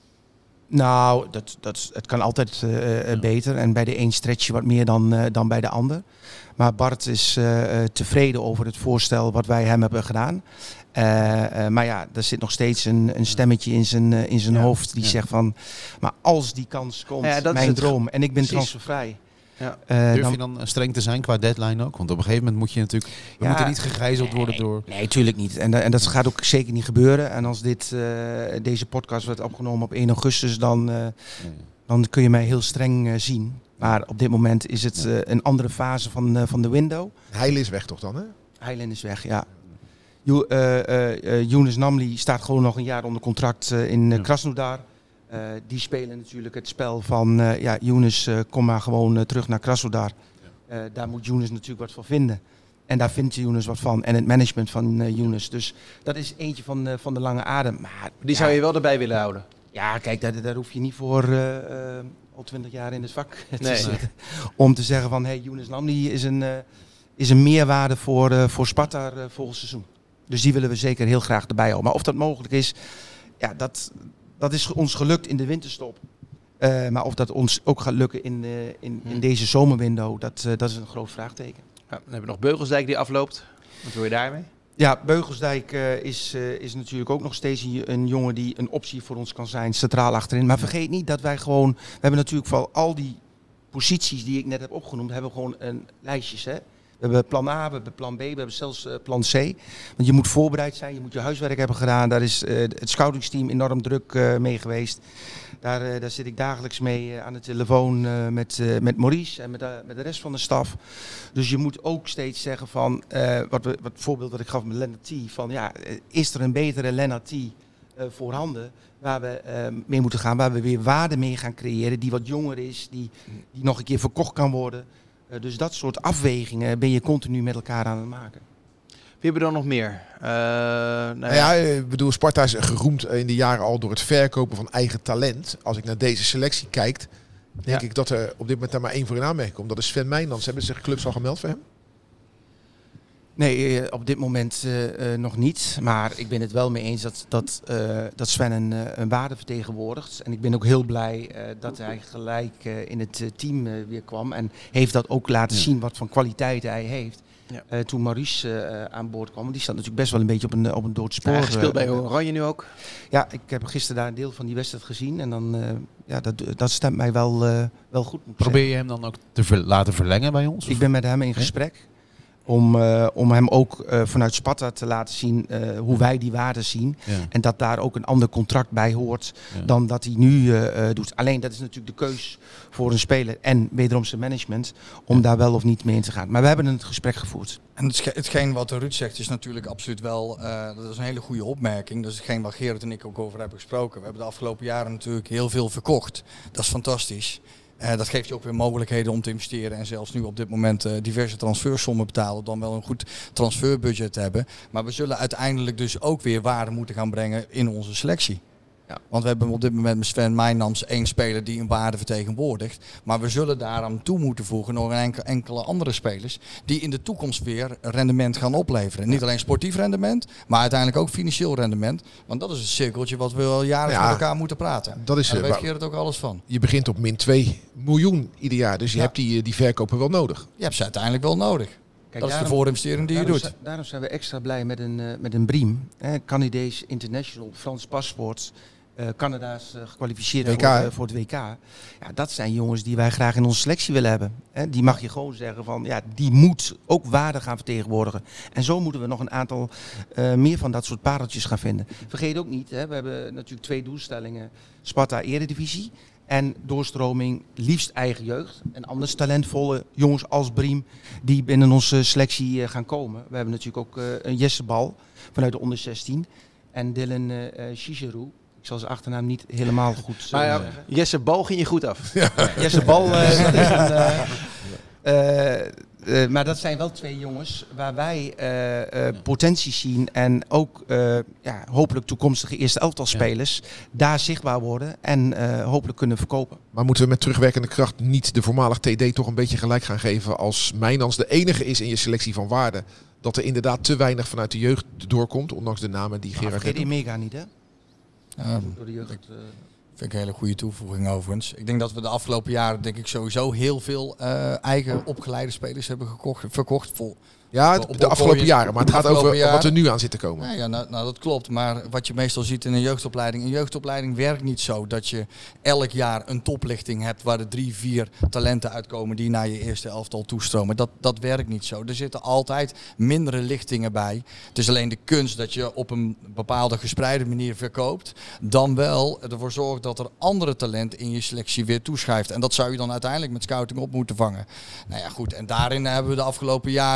[SPEAKER 3] Nou, dat, dat, het kan altijd uh, ja. beter. En bij de een stretch je wat meer dan, uh, dan bij de ander. Maar Bart is uh, tevreden over het voorstel wat wij hem hebben gedaan. Uh, uh, maar ja, er zit nog steeds een, een stemmetje in zijn, uh, in zijn ja. hoofd die ja. zegt van... Maar als die kans komt, ja, dat mijn is droom, en ik ben transfervrij...
[SPEAKER 2] Ja.
[SPEAKER 3] Uh,
[SPEAKER 7] Durf
[SPEAKER 3] dan,
[SPEAKER 7] je dan streng te zijn qua deadline ook? Want op een gegeven moment moet je natuurlijk... We ja, moeten niet gegijzeld
[SPEAKER 3] nee,
[SPEAKER 7] worden door...
[SPEAKER 3] Nee, tuurlijk niet. En, en dat gaat ook zeker niet gebeuren. En als dit, uh, deze podcast wordt opgenomen op één augustus... dan, uh, nee. dan kun je mij heel streng uh, zien. Maar op dit moment is het uh, een andere fase van, uh, van de window.
[SPEAKER 6] Heil is weg toch dan, hè?
[SPEAKER 3] Heilen is weg, ja. Yo- uh, uh, uh, Younes Namli staat gewoon nog een jaar onder contract uh, in uh,
[SPEAKER 7] Ja.
[SPEAKER 3] Krasnodar. Uh, die spelen natuurlijk het spel van, uh, ja, Younes, uh, kom maar gewoon uh, terug naar Krasnodar. Uh, daar moet Younes natuurlijk wat van vinden. En daar vindt Younes wat van. En het management van uh, Younes. Dus dat is eentje van, uh, van de lange adem. Maar,
[SPEAKER 2] Die zou je wel erbij willen houden.
[SPEAKER 3] Ja, kijk, daar, daar hoef je niet voor uh, uh, al twintig jaar in het vak te
[SPEAKER 2] Nee.
[SPEAKER 3] zitten. Om te zeggen van, hey, Younes Namli is een, uh, is een meerwaarde voor, uh, voor Sparta uh, volgend seizoen. Dus die willen we zeker heel graag erbij houden. Maar of dat mogelijk is, ja, dat, dat is ons gelukt in de winterstop. Uh, maar of dat ons ook gaat lukken in, uh, in, in deze zomerwindow, dat, uh, dat is een groot vraagteken.
[SPEAKER 2] Ja, dan hebben we nog Beugelsdijk die afloopt. Wat wil je daarmee?
[SPEAKER 3] Ja, Beugelsdijk uh, is, uh, is natuurlijk ook nog steeds een, een jongen die een optie voor ons kan zijn, centraal achterin. Maar vergeet niet dat wij gewoon, we hebben natuurlijk voor al die posities die ik net heb opgenoemd, hebben we gewoon een lijstjes, hè. We hebben plan A, we hebben plan B, we hebben zelfs uh, plan C. Want je moet voorbereid zijn, je moet je huiswerk hebben gedaan. Daar is uh, het scoutingsteam enorm druk uh, mee geweest. Daar, uh, daar zit ik dagelijks mee uh, aan de telefoon uh, met, uh, met Maurice en met, uh, met de rest van de staf. Dus je moet ook steeds zeggen van, uh, wat, we, wat het voorbeeld dat ik gaf met Lennart T. Van ja, uh, is er een betere Lennart T uh, voorhanden waar we uh, mee moeten gaan. Waar we weer waarde mee gaan creëren die wat jonger is, die, die nog een keer verkocht kan worden. Uh, dus dat soort afwegingen ben je continu met elkaar aan het maken.
[SPEAKER 2] Wie hebben we dan nog meer? Uh, nou
[SPEAKER 6] Nou ja, ik bedoel, Sparta is geroemd in de jaren al door het verkopen van eigen talent. Als ik naar deze selectie kijk, denk
[SPEAKER 2] Ja.
[SPEAKER 6] ik dat er op dit moment daar maar één voor in aanmerking komt. Dat is Sven Mijnans. Hebben zich clubs al gemeld voor hem?
[SPEAKER 3] Nee, uh, op dit moment uh, uh, nog niet. Maar ik ben het wel mee eens dat, dat, uh, dat Sven een, uh, een waarde vertegenwoordigt. En ik ben ook heel blij uh, dat hij gelijk uh, in het uh, team uh, weer kwam. En heeft dat ook laten
[SPEAKER 7] Ja.
[SPEAKER 3] zien wat voor kwaliteit hij heeft.
[SPEAKER 2] Ja.
[SPEAKER 3] Uh, toen Maurice uh, aan boord kwam, die staat natuurlijk best wel een beetje op een, op een dood spoor.
[SPEAKER 2] hij speelt bij
[SPEAKER 3] uh,
[SPEAKER 2] Oranje nu ook.
[SPEAKER 3] Ja, ik heb gisteren daar een deel van die wedstrijd gezien. En dan, uh, ja, dat, dat stemt mij wel, uh, wel goed. Moet ik
[SPEAKER 7] Probeer je hem dan ook te ver- laten verlengen bij ons?
[SPEAKER 3] ik ben met hem in gesprek om, uh, om hem ook uh, vanuit Sparta te laten zien uh, hoe wij die waarden zien.
[SPEAKER 7] Ja.
[SPEAKER 3] En dat daar ook een ander contract bij hoort
[SPEAKER 7] Ja.
[SPEAKER 3] dan dat hij nu uh, uh, doet. Alleen dat is natuurlijk de keus voor een speler en wederom zijn management om daar wel of niet mee in te gaan. Maar we hebben het gesprek gevoerd.
[SPEAKER 4] En het, hetgeen wat Ruud zegt is natuurlijk absoluut wel, uh, dat is een hele goede opmerking. Dat is hetgeen waar Gerard en ik ook over hebben gesproken. We hebben de afgelopen jaren natuurlijk heel veel verkocht. Dat is fantastisch. Uh, dat geeft je ook weer mogelijkheden om te investeren en zelfs nu op dit moment uh, diverse transfersommen betalen, dan wel een goed transferbudget hebben. Maar we zullen uiteindelijk dus ook weer waarde moeten gaan brengen in onze selectie. Ja, want we hebben op dit moment met Sven Mijnans één speler die een waarde vertegenwoordigt. Maar we zullen daaraan toe moeten voegen nog een enkele, enkele andere spelers die in de toekomst weer rendement gaan opleveren. Niet alleen sportief rendement, maar uiteindelijk ook financieel rendement. Want dat is een cirkeltje wat we al jaren
[SPEAKER 6] Ja,
[SPEAKER 4] met elkaar moeten praten.
[SPEAKER 6] Dat is,
[SPEAKER 4] En daar
[SPEAKER 6] uh,
[SPEAKER 4] weet
[SPEAKER 6] wa-
[SPEAKER 4] Gerard ook alles van.
[SPEAKER 6] je begint op min twee miljoen ieder jaar. Dus je
[SPEAKER 4] Ja.
[SPEAKER 6] hebt die, die verkopen wel nodig.
[SPEAKER 4] Je hebt ze uiteindelijk wel nodig.
[SPEAKER 3] Kijk,
[SPEAKER 4] dat is de
[SPEAKER 3] daarom-
[SPEAKER 4] voorinvestering die je
[SPEAKER 3] daarom
[SPEAKER 4] doet.
[SPEAKER 3] zi- Daarom zijn we extra blij met een, uh, met een Briem. Eh, Canadees International, Frans paspoort. Uh, Canada's uh, gekwalificeerd
[SPEAKER 6] W K,
[SPEAKER 3] voor, uh,
[SPEAKER 6] hè?
[SPEAKER 3] voor het W K. Ja, dat zijn jongens die wij graag in onze selectie willen hebben. Hè, die mag je gewoon zeggen van, ja, die moet ook waarde gaan vertegenwoordigen. En zo moeten we nog een aantal uh, meer van dat soort pareltjes gaan vinden. Vergeet ook niet, hè, we hebben natuurlijk twee doelstellingen. Sparta Eredivisie en doorstroming liefst eigen jeugd. En anders talentvolle jongens als Briem die binnen onze selectie uh, gaan komen. We hebben natuurlijk ook uh, een Jesse Bal vanuit de onder zestien. En Dylan uh, uh, Chicheroux. Ik zal zijn achternaam niet helemaal goed uh,
[SPEAKER 2] Maar ja,
[SPEAKER 3] zeggen.
[SPEAKER 2] Jesse Bal ging je goed af.
[SPEAKER 3] Jesse Bal, uh, dat is een, uh, uh, uh, maar dat zijn wel twee jongens waar wij uh, uh, potentie zien en ook uh, ja, hopelijk toekomstige eerste elftal spelers daar zichtbaar worden en uh, hopelijk kunnen verkopen.
[SPEAKER 6] Maar moeten we met terugwerkende kracht niet de voormalig T D toch een beetje gelijk gaan geven als Mijnans de enige is in je selectie van waarde? Dat er inderdaad te weinig vanuit de jeugd doorkomt, ondanks de namen die
[SPEAKER 3] Maar
[SPEAKER 6] Gerard
[SPEAKER 3] vergeet
[SPEAKER 6] net noemt.
[SPEAKER 3] Emega niet, hè?
[SPEAKER 4] Ja,
[SPEAKER 3] Door de jeugd. Uh,
[SPEAKER 4] vind ik een hele goede toevoeging overigens. Ik denk dat we de afgelopen jaren denk ik sowieso heel veel uh, eigen opgeleide spelers hebben gekocht, verkocht. Vol.
[SPEAKER 6] Ja,
[SPEAKER 4] Op-
[SPEAKER 6] de
[SPEAKER 4] op-
[SPEAKER 6] afgelopen
[SPEAKER 4] op-
[SPEAKER 6] jaren. Maar het
[SPEAKER 4] de
[SPEAKER 6] gaat over
[SPEAKER 4] afgelopen
[SPEAKER 6] wat er
[SPEAKER 4] jaren.
[SPEAKER 6] nu aan zit te komen.
[SPEAKER 4] Ja, ja nou, nou dat klopt. Maar wat je meestal ziet in een jeugdopleiding. Een jeugdopleiding werkt niet zo dat je elk jaar een toplichting hebt waar er drie, vier talenten uitkomen die naar je eerste elftal toestromen. Dat, dat werkt niet zo. Er zitten altijd mindere lichtingen bij. Het is alleen de kunst dat je op een bepaalde gespreide manier verkoopt. Dan wel ervoor zorgt dat er andere talenten in je selectie weer toeschuift. En dat zou je dan uiteindelijk met scouting op moeten vangen. Nou ja, goed. En daarin hebben we de afgelopen jaren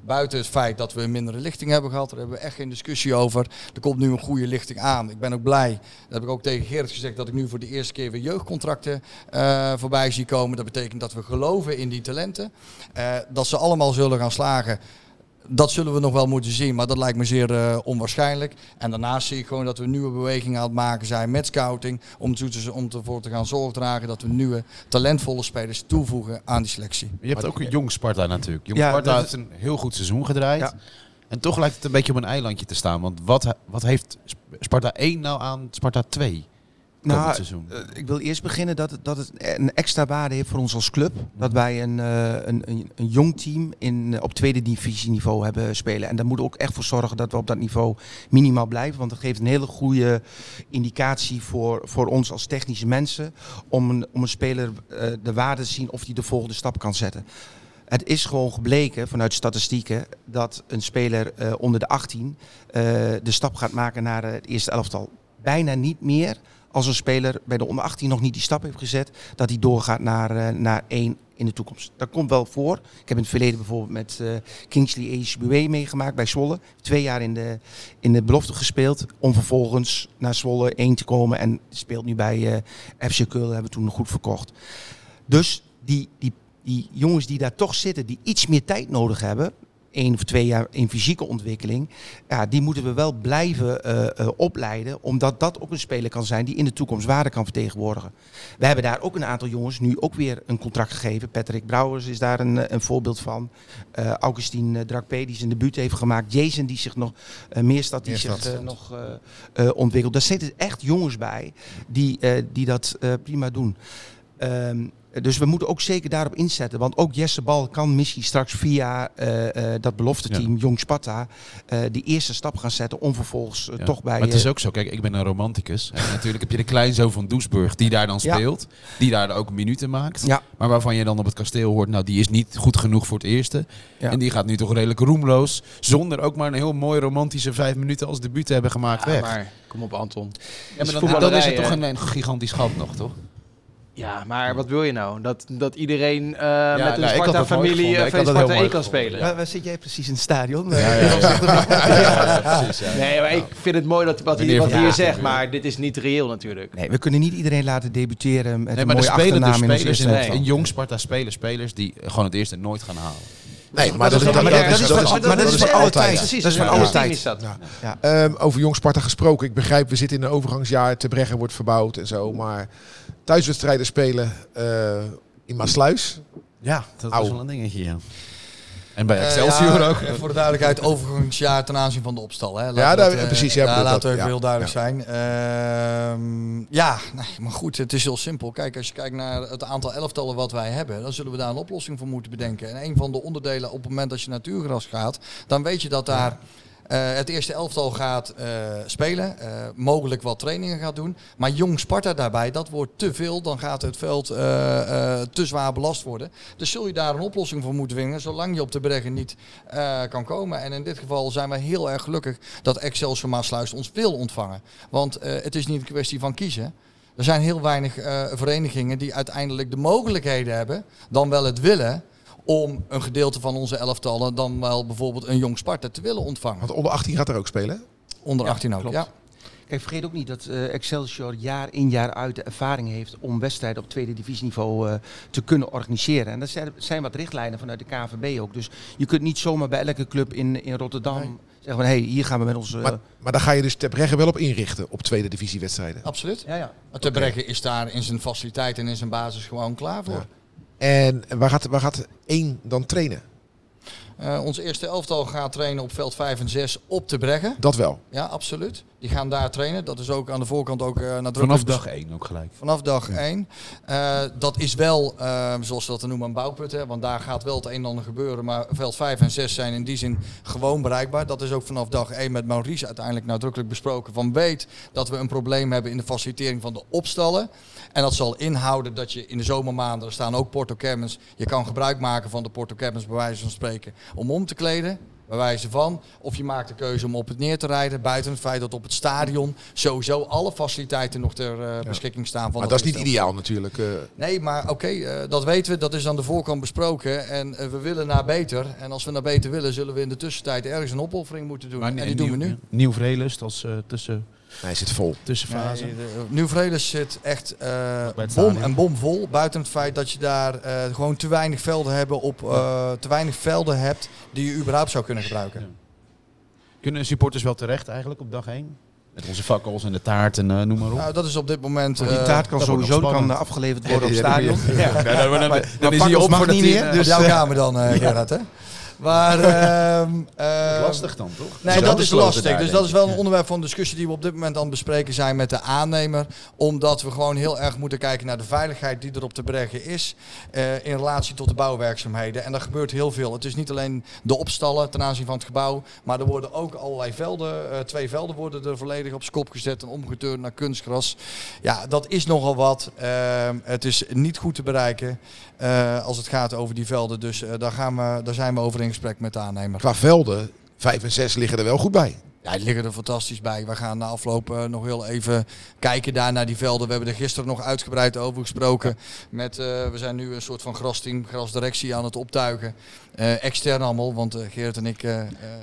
[SPEAKER 4] buiten het feit dat we een mindere lichting hebben gehad, daar hebben we echt geen discussie over. Er komt nu een goede lichting aan. Ik ben ook blij, dat heb ik ook tegen Gerrit gezegd, dat ik nu voor de eerste keer weer jeugdcontracten uh, voorbij zie komen. Dat betekent dat we geloven in die talenten. Uh, dat ze allemaal zullen gaan slagen. Dat zullen we nog wel moeten zien, maar dat lijkt me zeer uh, onwaarschijnlijk. En daarnaast zie ik gewoon dat we nieuwe bewegingen aan het maken zijn met scouting. Om, te, om ervoor te gaan zorg dragen dat we nieuwe talentvolle spelers toevoegen aan die selectie.
[SPEAKER 7] Je hebt ook een jong Sparta natuurlijk. Jong
[SPEAKER 3] Ja,
[SPEAKER 7] Sparta
[SPEAKER 3] dat
[SPEAKER 7] heeft een heel goed seizoen gedraaid.
[SPEAKER 3] Ja.
[SPEAKER 7] En toch lijkt het een beetje op een eilandje te staan. Want wat, wat heeft Sparta één nou aan Sparta twee?
[SPEAKER 3] Nou,
[SPEAKER 7] seizoen.
[SPEAKER 3] uh, ik wil eerst beginnen dat het, dat het een extra waarde heeft voor ons als club. Dat wij een, uh, een, een, een jong team in, uh, op tweede divisieniveau hebben spelen. En daar moeten we ook echt voor zorgen dat we op dat niveau minimaal blijven. Want dat geeft een hele goede indicatie voor, voor ons als technische mensen. Om een, om een speler uh, de waarde te zien of hij de volgende stap kan zetten. Het is gewoon gebleken vanuit statistieken dat een speler uh, onder de achttien uh, de stap gaat maken naar uh, het eerste elftal. Bijna niet meer als een speler bij de onder achttien nog niet die stap heeft gezet, dat hij doorgaat naar, uh, naar één in de toekomst. Dat komt wel voor. Ik heb in het verleden bijvoorbeeld met uh, Kingsley Ejibuwe meegemaakt bij Zwolle. Twee jaar in de, in de belofte gespeeld, om vervolgens naar Zwolle één te komen en speelt nu bij uh, F C Keulen, hebben we toen goed verkocht. Dus die, die, die jongens die daar toch zitten, die iets meer tijd nodig hebben, één of twee jaar in fysieke ontwikkeling, ja, die moeten we wel blijven uh, uh, opleiden, omdat dat ook een speler kan zijn die in de toekomst waarde kan vertegenwoordigen. We hebben daar ook een aantal jongens nu ook weer een contract gegeven. Patrick Brouwers is daar een, een voorbeeld van. Uh, Augustin uh, Drakpe die zijn debuut heeft gemaakt. Jason die zich nog, uh, Meerstad die
[SPEAKER 6] Meerstad.
[SPEAKER 3] zich uh, nog uh, uh, ontwikkelt. Daar zitten echt jongens bij die, uh, die dat uh, prima doen. Um, Dus we moeten ook zeker daarop inzetten. Want ook Jesse Bal kan misschien straks via uh, uh, dat belofteteam, ja. Jong Sparta, uh, die eerste stap gaan zetten om vervolgens uh,
[SPEAKER 7] Ja.
[SPEAKER 3] toch bij...
[SPEAKER 7] Maar het is
[SPEAKER 3] uh,
[SPEAKER 7] ook zo, kijk, ik ben een romanticus. En natuurlijk heb je de kleinzoon van Doesburg die daar dan
[SPEAKER 3] Ja.
[SPEAKER 7] speelt. Die daar ook minuten maakt.
[SPEAKER 3] Ja.
[SPEAKER 7] Maar waarvan je dan op het kasteel hoort, nou die is niet goed genoeg voor het eerste.
[SPEAKER 3] Ja.
[SPEAKER 7] En die gaat nu toch redelijk roemloos. Zonder ook maar een heel mooi romantische vijf minuten als debuut te hebben gemaakt
[SPEAKER 2] Ja,
[SPEAKER 7] weg.
[SPEAKER 2] maar kom op Anton.
[SPEAKER 7] Ja,
[SPEAKER 2] is
[SPEAKER 7] maar dan,
[SPEAKER 2] voetballerij,
[SPEAKER 7] dan is het
[SPEAKER 2] hè?
[SPEAKER 7] toch een, een gigantisch gat nog, toch?
[SPEAKER 2] Ja, maar wat wil je nou? Dat, dat iedereen uh, met
[SPEAKER 7] nou,
[SPEAKER 2] een
[SPEAKER 7] ik had dat mooi
[SPEAKER 2] Sparta-familie
[SPEAKER 7] gevonden.
[SPEAKER 2] uh,
[SPEAKER 7] Ik
[SPEAKER 2] van
[SPEAKER 7] had dat
[SPEAKER 2] Sparta
[SPEAKER 7] heel
[SPEAKER 2] één
[SPEAKER 7] mooi
[SPEAKER 2] kan
[SPEAKER 7] gevonden,
[SPEAKER 2] spelen.
[SPEAKER 7] ja.
[SPEAKER 3] Waar, waar zit jij precies in het stadion?
[SPEAKER 7] Ja, ja, ja.
[SPEAKER 2] Ja,
[SPEAKER 7] precies, ja.
[SPEAKER 2] Nee, maar ik vind het mooi dat, wat hij,
[SPEAKER 7] Meneer
[SPEAKER 2] wat
[SPEAKER 7] Van
[SPEAKER 2] hij hier
[SPEAKER 7] Gaten,
[SPEAKER 2] zegt,
[SPEAKER 7] ja.
[SPEAKER 2] maar dit is niet reëel natuurlijk.
[SPEAKER 3] Nee, we kunnen niet iedereen laten debuteren met
[SPEAKER 7] Nee,
[SPEAKER 3] een
[SPEAKER 7] maar
[SPEAKER 3] mooie
[SPEAKER 7] er spelen dus
[SPEAKER 3] achternaam in ons
[SPEAKER 7] spelers
[SPEAKER 3] eerste
[SPEAKER 7] in,
[SPEAKER 3] elftal.
[SPEAKER 7] in jong Sparta spelen spelers die gewoon het eerste nooit gaan halen.
[SPEAKER 6] Nee, maar dat,
[SPEAKER 3] dat-
[SPEAKER 6] dat,
[SPEAKER 3] maar
[SPEAKER 6] dat,
[SPEAKER 3] dat
[SPEAKER 6] is,
[SPEAKER 3] is
[SPEAKER 6] dat,
[SPEAKER 3] van-
[SPEAKER 6] is,
[SPEAKER 3] maar
[SPEAKER 6] dat
[SPEAKER 3] dat
[SPEAKER 6] is
[SPEAKER 3] is
[SPEAKER 6] voor
[SPEAKER 3] van alle
[SPEAKER 6] altijd.
[SPEAKER 3] tijd.
[SPEAKER 2] Precies,
[SPEAKER 3] Dat is van
[SPEAKER 2] ja.
[SPEAKER 3] alle
[SPEAKER 2] Ja.
[SPEAKER 3] tijd.
[SPEAKER 2] Is dat.
[SPEAKER 6] Ja. Ehm, over Jong Sparta gesproken. Ik begrijp, we zitten in een overgangsjaar. Te Breggen wordt verbouwd en zo. Maar thuiswedstrijden spelen uh, in Maasluis.
[SPEAKER 7] Ja, dat
[SPEAKER 6] Au.
[SPEAKER 7] was wel een dingetje, ja. En bij
[SPEAKER 4] Uh,
[SPEAKER 7] Excelsior
[SPEAKER 4] ja,
[SPEAKER 7] ook.
[SPEAKER 4] uh, Voor de duidelijkheid, overgangsjaar ten aanzien van de opstal. Hè. Laten
[SPEAKER 6] Ja,
[SPEAKER 4] we
[SPEAKER 6] daar-
[SPEAKER 4] dat, uh,
[SPEAKER 6] precies, ja,
[SPEAKER 4] ja,
[SPEAKER 6] bedoel
[SPEAKER 4] laten
[SPEAKER 6] dat,
[SPEAKER 4] we even
[SPEAKER 6] ja.
[SPEAKER 4] heel duidelijk
[SPEAKER 6] Ja.
[SPEAKER 4] zijn. Ehm, ja, nee, maar goed, het is heel simpel. Kijk, als je kijkt naar het aantal elftallen wat wij hebben, dan zullen we daar een oplossing voor moeten bedenken. En een van de onderdelen op het moment dat je naar natuurgras gaat, dan weet je dat daar... Uh, het eerste elftal gaat uh, spelen, uh, mogelijk wat trainingen gaat doen. Maar Jong Sparta daarbij, dat wordt te veel. Dan gaat het veld uh, uh, te zwaar belast worden. Dus zul je daar een oplossing voor moeten vinden, zolang je op de Breggen niet uh, kan komen. En in dit geval zijn we heel erg gelukkig dat Excelsior Maasluis ons wil ontvangen. Want uh, het is niet een kwestie van kiezen. Er zijn heel weinig uh, verenigingen die uiteindelijk de mogelijkheden hebben, dan wel het willen, om een gedeelte van onze elftallen dan wel bijvoorbeeld een Jong Sparta te willen ontvangen.
[SPEAKER 6] Want onder achttien gaat er ook spelen.
[SPEAKER 4] Onder
[SPEAKER 3] Ja,
[SPEAKER 4] achttien ook,
[SPEAKER 3] klopt.
[SPEAKER 4] ja.
[SPEAKER 3] Kijk, vergeet ook niet dat uh, Excelsior jaar in jaar uit de ervaring heeft om wedstrijden op tweede divisieniveau uh, te kunnen organiseren. En dat zijn, zijn wat richtlijnen vanuit de K N V B ook. Dus je kunt niet zomaar bij elke club in, in Rotterdam
[SPEAKER 4] Nee.
[SPEAKER 3] zeggen van hé, hey, hier gaan we met onze... Uh,
[SPEAKER 6] Maar, maar daar ga je dus Ter Breggen wel op inrichten. Op tweede divisiewedstrijden.
[SPEAKER 4] Absoluut.
[SPEAKER 3] ja, ja.
[SPEAKER 4] Ter Breggen is daar in zijn faciliteit en in zijn basis gewoon klaar voor.
[SPEAKER 6] Ja. En waar gaat, waar gaat één dan trainen?
[SPEAKER 4] Uh, ons eerste elftal gaat trainen op veld vijf en zes op Ter Breggen.
[SPEAKER 6] Dat wel.
[SPEAKER 4] Ja, absoluut. Die gaan daar trainen. Dat is ook aan de voorkant ook uh, nadrukkelijk.
[SPEAKER 7] Vanaf
[SPEAKER 4] bes-
[SPEAKER 7] dag één ook gelijk.
[SPEAKER 4] Vanaf dag één. Uh, dat is wel, uh, zoals ze dat te noemen, een bouwput. Hè, want daar gaat wel het een en ander gebeuren. Maar veld vijf en zes zijn in die zin gewoon bereikbaar. Dat is ook vanaf dag één met Maurice uiteindelijk nadrukkelijk besproken. Van weet dat we een probleem hebben in de facilitering van de opstallen. En dat zal inhouden dat je in de zomermaanden, er staan ook portocabbins. Je kan gebruik maken van de portocabbins bij wijze van spreken om om te kleden. Bij wijze van, of je maakt de keuze om op het neer te rijden, buiten het feit dat op het stadion sowieso alle faciliteiten nog ter uh, beschikking staan. Van
[SPEAKER 6] Maar
[SPEAKER 4] dat
[SPEAKER 6] dat is niet
[SPEAKER 4] instel.
[SPEAKER 6] ideaal natuurlijk. Uh.
[SPEAKER 4] Nee, maar oké, okay, uh, dat weten we, dat is aan de voorkant besproken en uh, we willen naar beter. En als we naar beter willen, zullen we in de tussentijd ergens een opoffering moeten doen.
[SPEAKER 7] Maar
[SPEAKER 4] en die
[SPEAKER 7] nieuw,
[SPEAKER 4] doen we nu.
[SPEAKER 7] Nieuw Vreelust als uh, tussen,
[SPEAKER 6] Nee, zit vol.
[SPEAKER 7] tussenfase.
[SPEAKER 4] Nee, de- Nieuw Vreeles zit echt uh,
[SPEAKER 7] het
[SPEAKER 4] bom
[SPEAKER 7] stadion.
[SPEAKER 4] en bomvol. Buiten het feit dat je daar uh, gewoon te weinig velden hebben op uh, te weinig velden hebt die je überhaupt zou kunnen gebruiken.
[SPEAKER 7] Ja. Kunnen supporters wel terecht eigenlijk op dag één? Met onze fakkels en de taart en uh, noem maar op.
[SPEAKER 4] Nou, dat is op dit moment.
[SPEAKER 3] Die
[SPEAKER 4] Uh,
[SPEAKER 3] taart kan
[SPEAKER 7] dat wordt
[SPEAKER 3] sowieso
[SPEAKER 7] nog
[SPEAKER 3] kan
[SPEAKER 7] spannend.
[SPEAKER 3] uh, afgeleverd worden op
[SPEAKER 6] Ja,
[SPEAKER 3] het
[SPEAKER 6] ja, ja,
[SPEAKER 3] stadion.
[SPEAKER 6] ja.
[SPEAKER 7] Ja, dan, dan,
[SPEAKER 3] Maar-
[SPEAKER 7] dan
[SPEAKER 3] maar
[SPEAKER 7] is hij
[SPEAKER 3] fakkels
[SPEAKER 7] op
[SPEAKER 3] mag
[SPEAKER 7] voor de
[SPEAKER 3] niet
[SPEAKER 7] tien,
[SPEAKER 3] meer,
[SPEAKER 7] uh,
[SPEAKER 4] op
[SPEAKER 3] dus-
[SPEAKER 4] jouw kamer dan, uh, Gerard, hè? Maar uh, uh,
[SPEAKER 7] lastig dan, toch?
[SPEAKER 4] Nee,
[SPEAKER 7] Zo
[SPEAKER 4] dat is
[SPEAKER 7] besloten
[SPEAKER 4] lastig.
[SPEAKER 7] daar,
[SPEAKER 4] Dus
[SPEAKER 7] denk
[SPEAKER 4] dat is
[SPEAKER 7] ik.
[SPEAKER 4] wel een onderwerp van discussie die we op dit moment aan het bespreken zijn met de aannemer. Omdat we gewoon heel erg moeten kijken naar de veiligheid die er op te brengen is uh, in relatie tot de bouwwerkzaamheden. En er gebeurt heel veel. Het is niet alleen de opstallen ten aanzien van het gebouw, maar er worden ook allerlei velden, uh, twee velden worden er volledig op z'n kop gezet en omgeturnd naar kunstgras. Ja, dat is nogal wat. Uh, het is niet goed te bereiken uh, als het gaat over die velden. Dus uh, daar, gaan we, daar zijn we over in gesprek met de aannemer.
[SPEAKER 6] Qua velden, vijf en zes liggen er wel goed bij.
[SPEAKER 4] Ja, die liggen er fantastisch bij. We gaan na afloop uh, nog heel even kijken daar naar die velden. We hebben er gisteren nog uitgebreid over gesproken. Met, uh, we zijn nu een soort van grasteam, grasdirectie aan het optuigen. Uh, extern allemaal, want uh, Geert en ik... Uh, uh,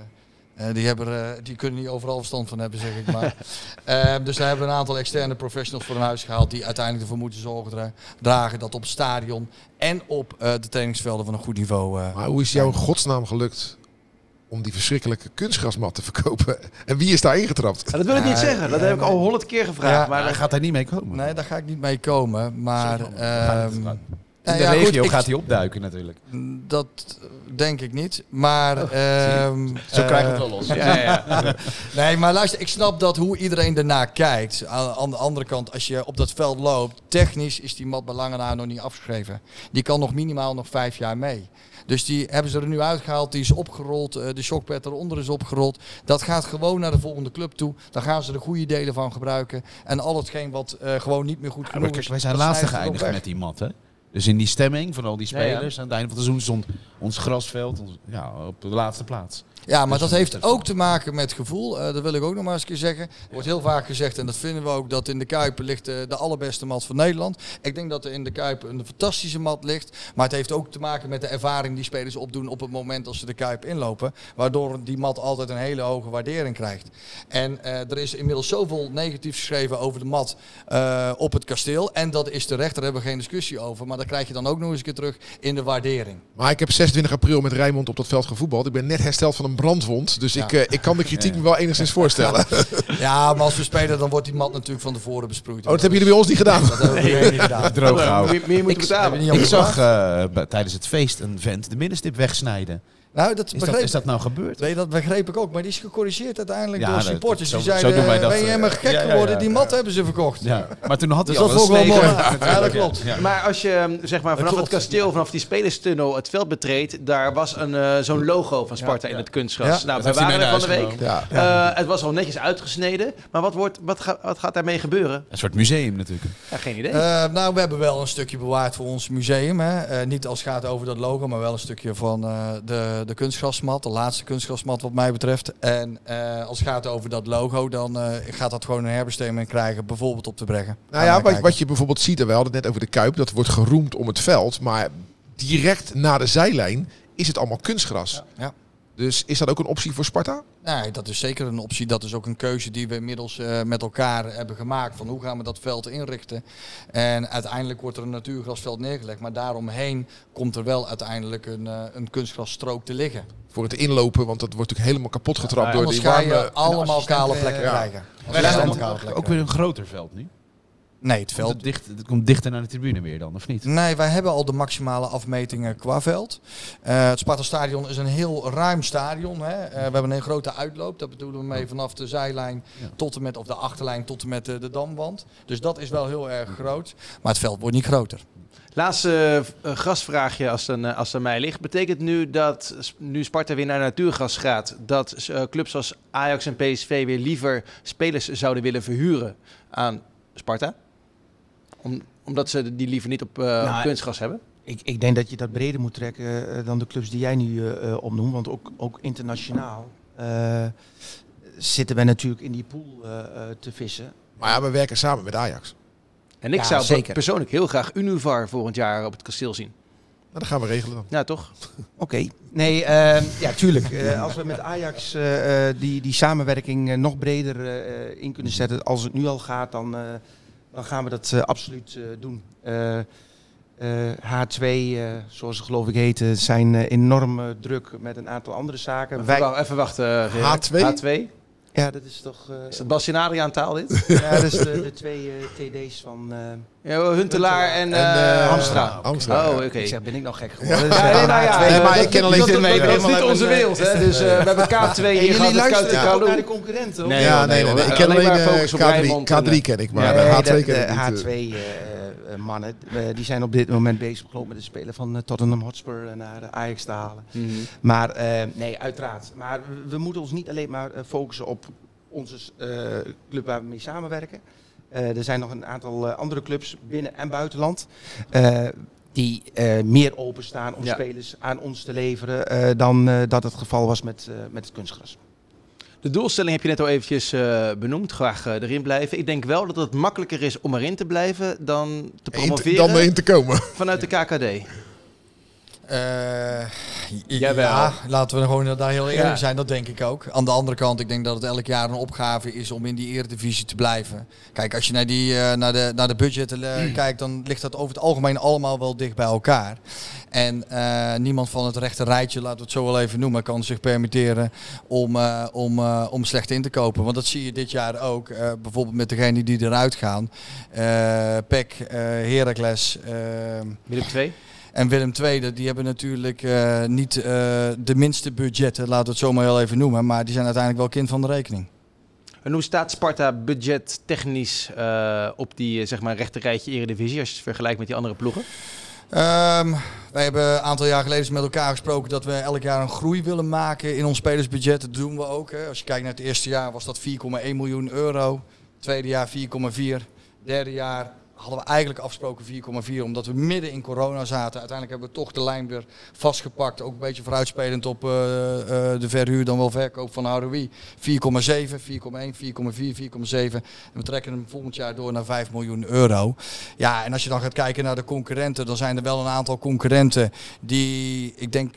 [SPEAKER 4] Uh, die, hebben, uh, die kunnen niet overal verstand van hebben, zeg ik maar. uh, dus daar hebben we een aantal externe professionals voor een huis gehaald die uiteindelijk ervoor moeten zorgen dra- dragen dat op het stadion en op uh, de trainingsvelden van een goed niveau. Uh,
[SPEAKER 6] Maar hoe is jou in godsnaam gelukt om die verschrikkelijke kunstgrasmat te verkopen? En wie is daar ingetrapt?
[SPEAKER 2] Ja, dat wil ik niet
[SPEAKER 4] Ja,
[SPEAKER 2] zeggen. Dat
[SPEAKER 4] ja,
[SPEAKER 2] heb ik al
[SPEAKER 4] nee.
[SPEAKER 2] honderd keer gevraagd.
[SPEAKER 4] Ja,
[SPEAKER 2] maar
[SPEAKER 7] Maar hij gaat daar niet mee komen.
[SPEAKER 4] nee, daar ga ik niet mee komen. Maar
[SPEAKER 7] Zeker wel. We gaan het-
[SPEAKER 4] ehm,
[SPEAKER 7] In
[SPEAKER 4] nou
[SPEAKER 7] de
[SPEAKER 4] ja, goed,
[SPEAKER 7] regio
[SPEAKER 4] ik-
[SPEAKER 7] gaat hij opduiken natuurlijk.
[SPEAKER 4] dat denk ik niet. Maar ehm,
[SPEAKER 7] Zo
[SPEAKER 4] eh,
[SPEAKER 7] krijgen we het wel los.
[SPEAKER 2] Ja, ja, ja.
[SPEAKER 4] Nee, maar luister, ik snap dat hoe iedereen ernaar kijkt. Aan, aan de andere kant, als je op dat veld loopt, technisch is die mat bij lange na nog niet afgeschreven. Die kan nog minimaal nog vijf jaar mee. Dus die hebben ze er nu uitgehaald, die is opgerold, uh, de shockpad eronder is opgerold. Dat gaat gewoon naar de volgende club toe. Daar gaan ze de goede delen van gebruiken. En al hetgeen wat uh, gewoon niet meer goed
[SPEAKER 7] Ja,
[SPEAKER 4] genoeg
[SPEAKER 7] maar
[SPEAKER 4] is,
[SPEAKER 7] kijk, wij zijn
[SPEAKER 4] dat
[SPEAKER 7] laatste
[SPEAKER 4] snijden ze erop
[SPEAKER 7] geëindigd
[SPEAKER 4] weg.
[SPEAKER 7] met die mat, hè? Dus in die stemming van al die
[SPEAKER 2] Ja, ja.
[SPEAKER 7] spelers aan het einde van het seizoen stond ons grasveld ons, ja, op de laatste plaats.
[SPEAKER 4] Ja, maar
[SPEAKER 7] Dus
[SPEAKER 4] dat heeft
[SPEAKER 7] dat-
[SPEAKER 4] ook te maken met gevoel. Uh, dat wil ik ook nog maar eens een keer zeggen. Er wordt heel vaak gezegd, en dat vinden we ook, dat in de Kuip ligt uh, de allerbeste mat van Nederland. Ik denk dat er in de Kuip een fantastische mat ligt. Maar het heeft ook te maken met de ervaring die spelers opdoen op het moment als ze de Kuip inlopen. Waardoor die mat altijd een hele hoge waardering krijgt. En uh, er is inmiddels zoveel negatief geschreven over de mat uh, op het kasteel. En dat is terecht, daar hebben we geen discussie over. Maar dat krijg je dan ook nog eens een keer terug in de waardering.
[SPEAKER 6] Maar ik heb zesentwintig april met Rijnmond op dat veld gevoetbald. Ik ben net hersteld van een brandwond. Dus
[SPEAKER 4] Ja.
[SPEAKER 6] ik, uh, ik kan de kritiek me wel enigszins voorstellen.
[SPEAKER 4] Ja, maar als we spelen, dan wordt die mat natuurlijk van tevoren besproeid.
[SPEAKER 6] Oh, dat hebben jullie bij ons niet gedaan.
[SPEAKER 4] Dat hebben we bij jullie niet gedaan.
[SPEAKER 7] Droog houden.
[SPEAKER 2] Meer, meer moeten
[SPEAKER 4] Ik-
[SPEAKER 2] betalen.
[SPEAKER 4] hebben niet
[SPEAKER 7] Ik
[SPEAKER 4] om
[SPEAKER 7] zag
[SPEAKER 4] gevraagd.
[SPEAKER 7] uh, bij- tijdens het feest een vent de middenstip wegsnijden.
[SPEAKER 4] Nou, dat
[SPEAKER 7] Is dat,
[SPEAKER 4] begreep
[SPEAKER 7] is dat nou gebeurd?
[SPEAKER 4] Nee, dat begreep ik ook, maar die is gecorrigeerd uiteindelijk
[SPEAKER 7] Ja,
[SPEAKER 4] door
[SPEAKER 7] dat-
[SPEAKER 4] supporters.
[SPEAKER 7] zo-
[SPEAKER 4] Die
[SPEAKER 7] zo
[SPEAKER 4] zeiden,
[SPEAKER 7] doen wij dat,
[SPEAKER 4] ben je
[SPEAKER 7] eh,
[SPEAKER 4] helemaal gek
[SPEAKER 7] ja, ja,
[SPEAKER 4] geworden?
[SPEAKER 7] ja.
[SPEAKER 4] Die mat hebben ze verkocht.
[SPEAKER 7] Ja, maar toen had hij
[SPEAKER 4] Dus
[SPEAKER 7] al
[SPEAKER 4] dat
[SPEAKER 7] een
[SPEAKER 4] vond ik wel
[SPEAKER 7] sneker.
[SPEAKER 4] mooi. Ja, dat klopt.
[SPEAKER 7] Ja.
[SPEAKER 2] Maar als je zeg maar, vanaf
[SPEAKER 4] klopt.
[SPEAKER 2] het kasteel, vanaf die spelerstunnel het veld betreedt, daar was een, uh, zo'n logo van Sparta in het kunstgras.
[SPEAKER 4] Ja.
[SPEAKER 2] Nou,
[SPEAKER 7] Dat
[SPEAKER 2] wij
[SPEAKER 7] heeft hij
[SPEAKER 2] waren er
[SPEAKER 7] mee
[SPEAKER 2] van de
[SPEAKER 7] naar
[SPEAKER 2] week.
[SPEAKER 7] huis
[SPEAKER 6] Ja.
[SPEAKER 2] Uh, het was al netjes uitgesneden. Maar wat, wordt, wat, ga, wat gaat daarmee gebeuren?
[SPEAKER 7] Een soort museum natuurlijk.
[SPEAKER 2] Ja, geen idee.
[SPEAKER 4] Uh, nou, we hebben wel een stukje bewaard voor ons museum. Hè. Uh, niet als het gaat over dat logo, maar wel een stukje van uh, de, de kunstgrasmat. De laatste kunstgrasmat wat mij betreft. En uh, als het gaat over dat logo, dan uh, gaat dat gewoon een herbestemming krijgen. Bijvoorbeeld op de Breggen.
[SPEAKER 6] Nou ja, wat, wat je bijvoorbeeld ziet, en we hadden het net over de Kuip, dat wordt geroemd om het veld. Maar direct na de zijlijn is het allemaal kunstgras.
[SPEAKER 4] Ja.
[SPEAKER 6] Dus is dat ook een optie voor Sparta?
[SPEAKER 4] Nee, dat is zeker een optie. Dat is ook een keuze die we inmiddels uh, met elkaar hebben gemaakt. Van hoe gaan we dat veld inrichten. En uiteindelijk wordt er een natuurgrasveld neergelegd. Maar daaromheen komt er wel uiteindelijk een, uh, een kunstgrasstrook te liggen.
[SPEAKER 6] Voor het inlopen, want dat wordt natuurlijk helemaal kapot getrapt
[SPEAKER 2] Ja,
[SPEAKER 6] door
[SPEAKER 4] Anders
[SPEAKER 6] die
[SPEAKER 4] ga je
[SPEAKER 6] warme...
[SPEAKER 4] allemaal kale plekken
[SPEAKER 6] ja.
[SPEAKER 4] krijgen. Als
[SPEAKER 7] Ja,
[SPEAKER 4] je
[SPEAKER 7] dat
[SPEAKER 4] allemaal
[SPEAKER 7] is
[SPEAKER 4] kale
[SPEAKER 7] ook,
[SPEAKER 4] plekken
[SPEAKER 7] ook weer een groter veld nu.
[SPEAKER 4] Nee, het
[SPEAKER 7] Veld.
[SPEAKER 4] veld.
[SPEAKER 7] Het, dicht, het komt dichter naar de tribune weer dan, of niet?
[SPEAKER 4] Nee, wij hebben al de maximale afmetingen qua veld. Uh, het Sparta Stadion is een heel ruim stadion. Hè. Uh, we hebben een grote uitloop. Dat bedoelen we mee vanaf de zijlijn
[SPEAKER 7] Ja.
[SPEAKER 4] tot en met, of de achterlijn tot en met de, de damwand. Dus dat is wel heel erg groot. Maar het veld wordt niet groter.
[SPEAKER 2] Laatste uh, grasvraagje als het, uh, als het aan mij ligt. Betekent nu dat s- nu Sparta weer naar natuurgras gaat, dat uh, clubs als Ajax en P S V weer liever spelers zouden willen verhuren aan Sparta? Om, omdat ze die liever niet op uh,
[SPEAKER 3] Nou,
[SPEAKER 2] kunstgras hebben?
[SPEAKER 3] Ik, ik denk dat je dat breder moet trekken uh, dan de clubs die jij nu uh, uh, opnoemt. Want ook, ook internationaal uh, zitten wij natuurlijk in die pool uh, uh, te vissen.
[SPEAKER 6] Maar ja, we werken samen met Ajax.
[SPEAKER 2] En ik
[SPEAKER 3] Ja,
[SPEAKER 2] zou
[SPEAKER 3] zeker.
[SPEAKER 2] persoonlijk heel graag Univar volgend jaar op het kasteel zien.
[SPEAKER 6] Nou, dat gaan we regelen dan.
[SPEAKER 2] Ja, toch?
[SPEAKER 3] Oké, okay. nee, uh, ja, tuurlijk. Uh, als we met Ajax uh, uh, die, die samenwerking uh, nog breder uh, in kunnen zetten, als het nu al gaat, dan, uh, dan gaan we dat uh, absoluut uh, doen. Uh, uh, H twee, uh, zoals ze geloof ik heten, zijn uh, enorm uh, druk met een aantal andere zaken.
[SPEAKER 2] Even,
[SPEAKER 3] Wij...
[SPEAKER 2] wacht, even wachten. Uh,
[SPEAKER 6] H twee?
[SPEAKER 2] H twee?
[SPEAKER 3] Ja, dat is toch... Uh,
[SPEAKER 2] Is dat Bastien Adriaan taal dit?
[SPEAKER 3] ja, dat is de, de twee uh, T D's van... Uh,
[SPEAKER 2] Ja, Huntelaar en, uh,
[SPEAKER 6] En, uh,
[SPEAKER 2] Hamstra.
[SPEAKER 6] Hamstra.
[SPEAKER 2] Oh, oké.
[SPEAKER 3] Ik zeg, ben ik nou gek geworden?
[SPEAKER 2] Ja, nee, nou ja,
[SPEAKER 6] Nee, maar
[SPEAKER 2] dat-
[SPEAKER 6] ik ken
[SPEAKER 2] dat-
[SPEAKER 6] alleen
[SPEAKER 2] dat-
[SPEAKER 6] dit
[SPEAKER 2] dat-
[SPEAKER 6] mee.
[SPEAKER 2] Dat is niet
[SPEAKER 3] Helemaal
[SPEAKER 2] onze
[SPEAKER 3] hebben
[SPEAKER 2] wereld, hè? Dus uh, we hebben K twee
[SPEAKER 3] En
[SPEAKER 2] hier gehad,
[SPEAKER 3] jullie
[SPEAKER 2] het
[SPEAKER 3] luisteren
[SPEAKER 2] Kuiten
[SPEAKER 3] ook naar
[SPEAKER 2] Kalou.
[SPEAKER 3] die concurrenten,
[SPEAKER 2] Nee,
[SPEAKER 3] hoor.
[SPEAKER 6] Ja,
[SPEAKER 2] joh,
[SPEAKER 6] nee, nee,
[SPEAKER 2] joh.
[SPEAKER 6] nee. Ik ken
[SPEAKER 2] Alleen maar
[SPEAKER 6] alleen uh,
[SPEAKER 2] focus op
[SPEAKER 6] K drie,
[SPEAKER 2] Rijnmond en,
[SPEAKER 6] K drie ken ik, maar
[SPEAKER 3] Nee,
[SPEAKER 6] H twee
[SPEAKER 3] de,
[SPEAKER 6] ken
[SPEAKER 3] de
[SPEAKER 6] ik
[SPEAKER 3] H
[SPEAKER 6] niet.
[SPEAKER 3] twee uh, uh, mannen, uh, die zijn op dit moment bezig geloof ik, met het spelen van uh, Tottenham Hotspur uh, naar uh, Ajax te halen.
[SPEAKER 2] Mhm.
[SPEAKER 3] Maar uh, nee, uiteraard. Maar we, we moeten ons niet alleen maar uh, focussen op onze uh, club waar we mee samenwerken. Uh, er zijn nog een aantal uh, andere clubs binnen en buitenland uh, die uh, meer openstaan om
[SPEAKER 2] Ja.
[SPEAKER 3] spelers aan ons te leveren uh, dan uh, dat het geval was met, uh, met het kunstgras.
[SPEAKER 2] De doelstelling heb je net al eventjes uh, benoemd. Graag uh, erin blijven. Ik denk wel dat het makkelijker is om erin te blijven dan te promoveren
[SPEAKER 6] Dan erin te komen.
[SPEAKER 2] vanuit de K K D.
[SPEAKER 4] Uh,
[SPEAKER 2] Jawel.
[SPEAKER 4] ja, laten we gewoon daar heel eerlijk
[SPEAKER 2] Ja.
[SPEAKER 4] zijn, dat denk ik ook. Aan de andere kant, ik denk dat het elk jaar een opgave is om in die eredivisie te blijven. Kijk, als je naar, die, uh, naar, de, naar de budgetten uh, kijkt, dan ligt dat over het algemeen allemaal wel dicht bij elkaar. En uh, niemand van het rechte rijtje, laten we het zo wel even noemen, kan zich permitteren om, uh, om, uh, om slecht in te kopen. Want dat zie je dit jaar ook, uh, bijvoorbeeld met degenen die eruit gaan. Uh, P E C, uh, Heracles... Uh,
[SPEAKER 2] Willem twee.
[SPEAKER 4] En Willem twee, die hebben natuurlijk uh, niet uh, de minste budgetten, laten we het zo maar heel even noemen. Maar die zijn uiteindelijk wel kind van de rekening.
[SPEAKER 2] En hoe staat Sparta budget technisch uh, op die uh, zeg maar rechte rijtje Eredivisie als je het vergelijkt met die andere ploegen?
[SPEAKER 4] Um, wij hebben een aantal jaar geleden met elkaar gesproken dat we elk jaar een groei willen maken in ons spelersbudget. Dat doen we ook. Hè. Als je kijkt naar het eerste jaar was dat vier komma één miljoen euro. Tweede jaar vier komma vier. Derde jaar hadden we eigenlijk afgesproken vier komma vier, omdat we midden in corona zaten. Uiteindelijk hebben we toch de lijn weer vastgepakt. Ook een beetje vooruitspelend op uh, uh, de verhuur dan wel verkoop van Haroui. vier komma zeven, vier komma één, vier komma vier, vier komma zeven. En we trekken hem volgend jaar door naar vijf miljoen euro. Ja, en als je dan gaat kijken naar de concurrenten, dan zijn er wel een aantal concurrenten die, ik denk,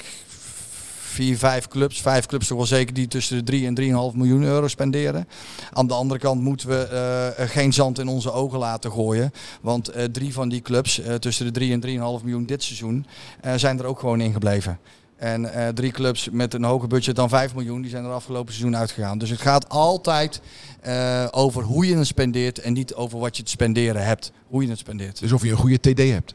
[SPEAKER 4] vier, vijf clubs, vijf clubs toch wel zeker, die tussen de drie en drie komma vijf miljoen euro spenderen. Aan de andere kant moeten we uh, geen zand in onze ogen laten gooien. Want uh, drie van die clubs, uh, tussen de drie en drie komma vijf miljoen dit seizoen, uh, zijn er ook gewoon ingebleven. En uh, drie clubs met een hoger budget dan vijf miljoen, die zijn er afgelopen seizoen uitgegaan. Dus het gaat altijd uh, over hoe je het spendeert en niet over wat je te spenderen hebt. Hoe je het spendeert.
[SPEAKER 6] Dus of je een goede T D hebt.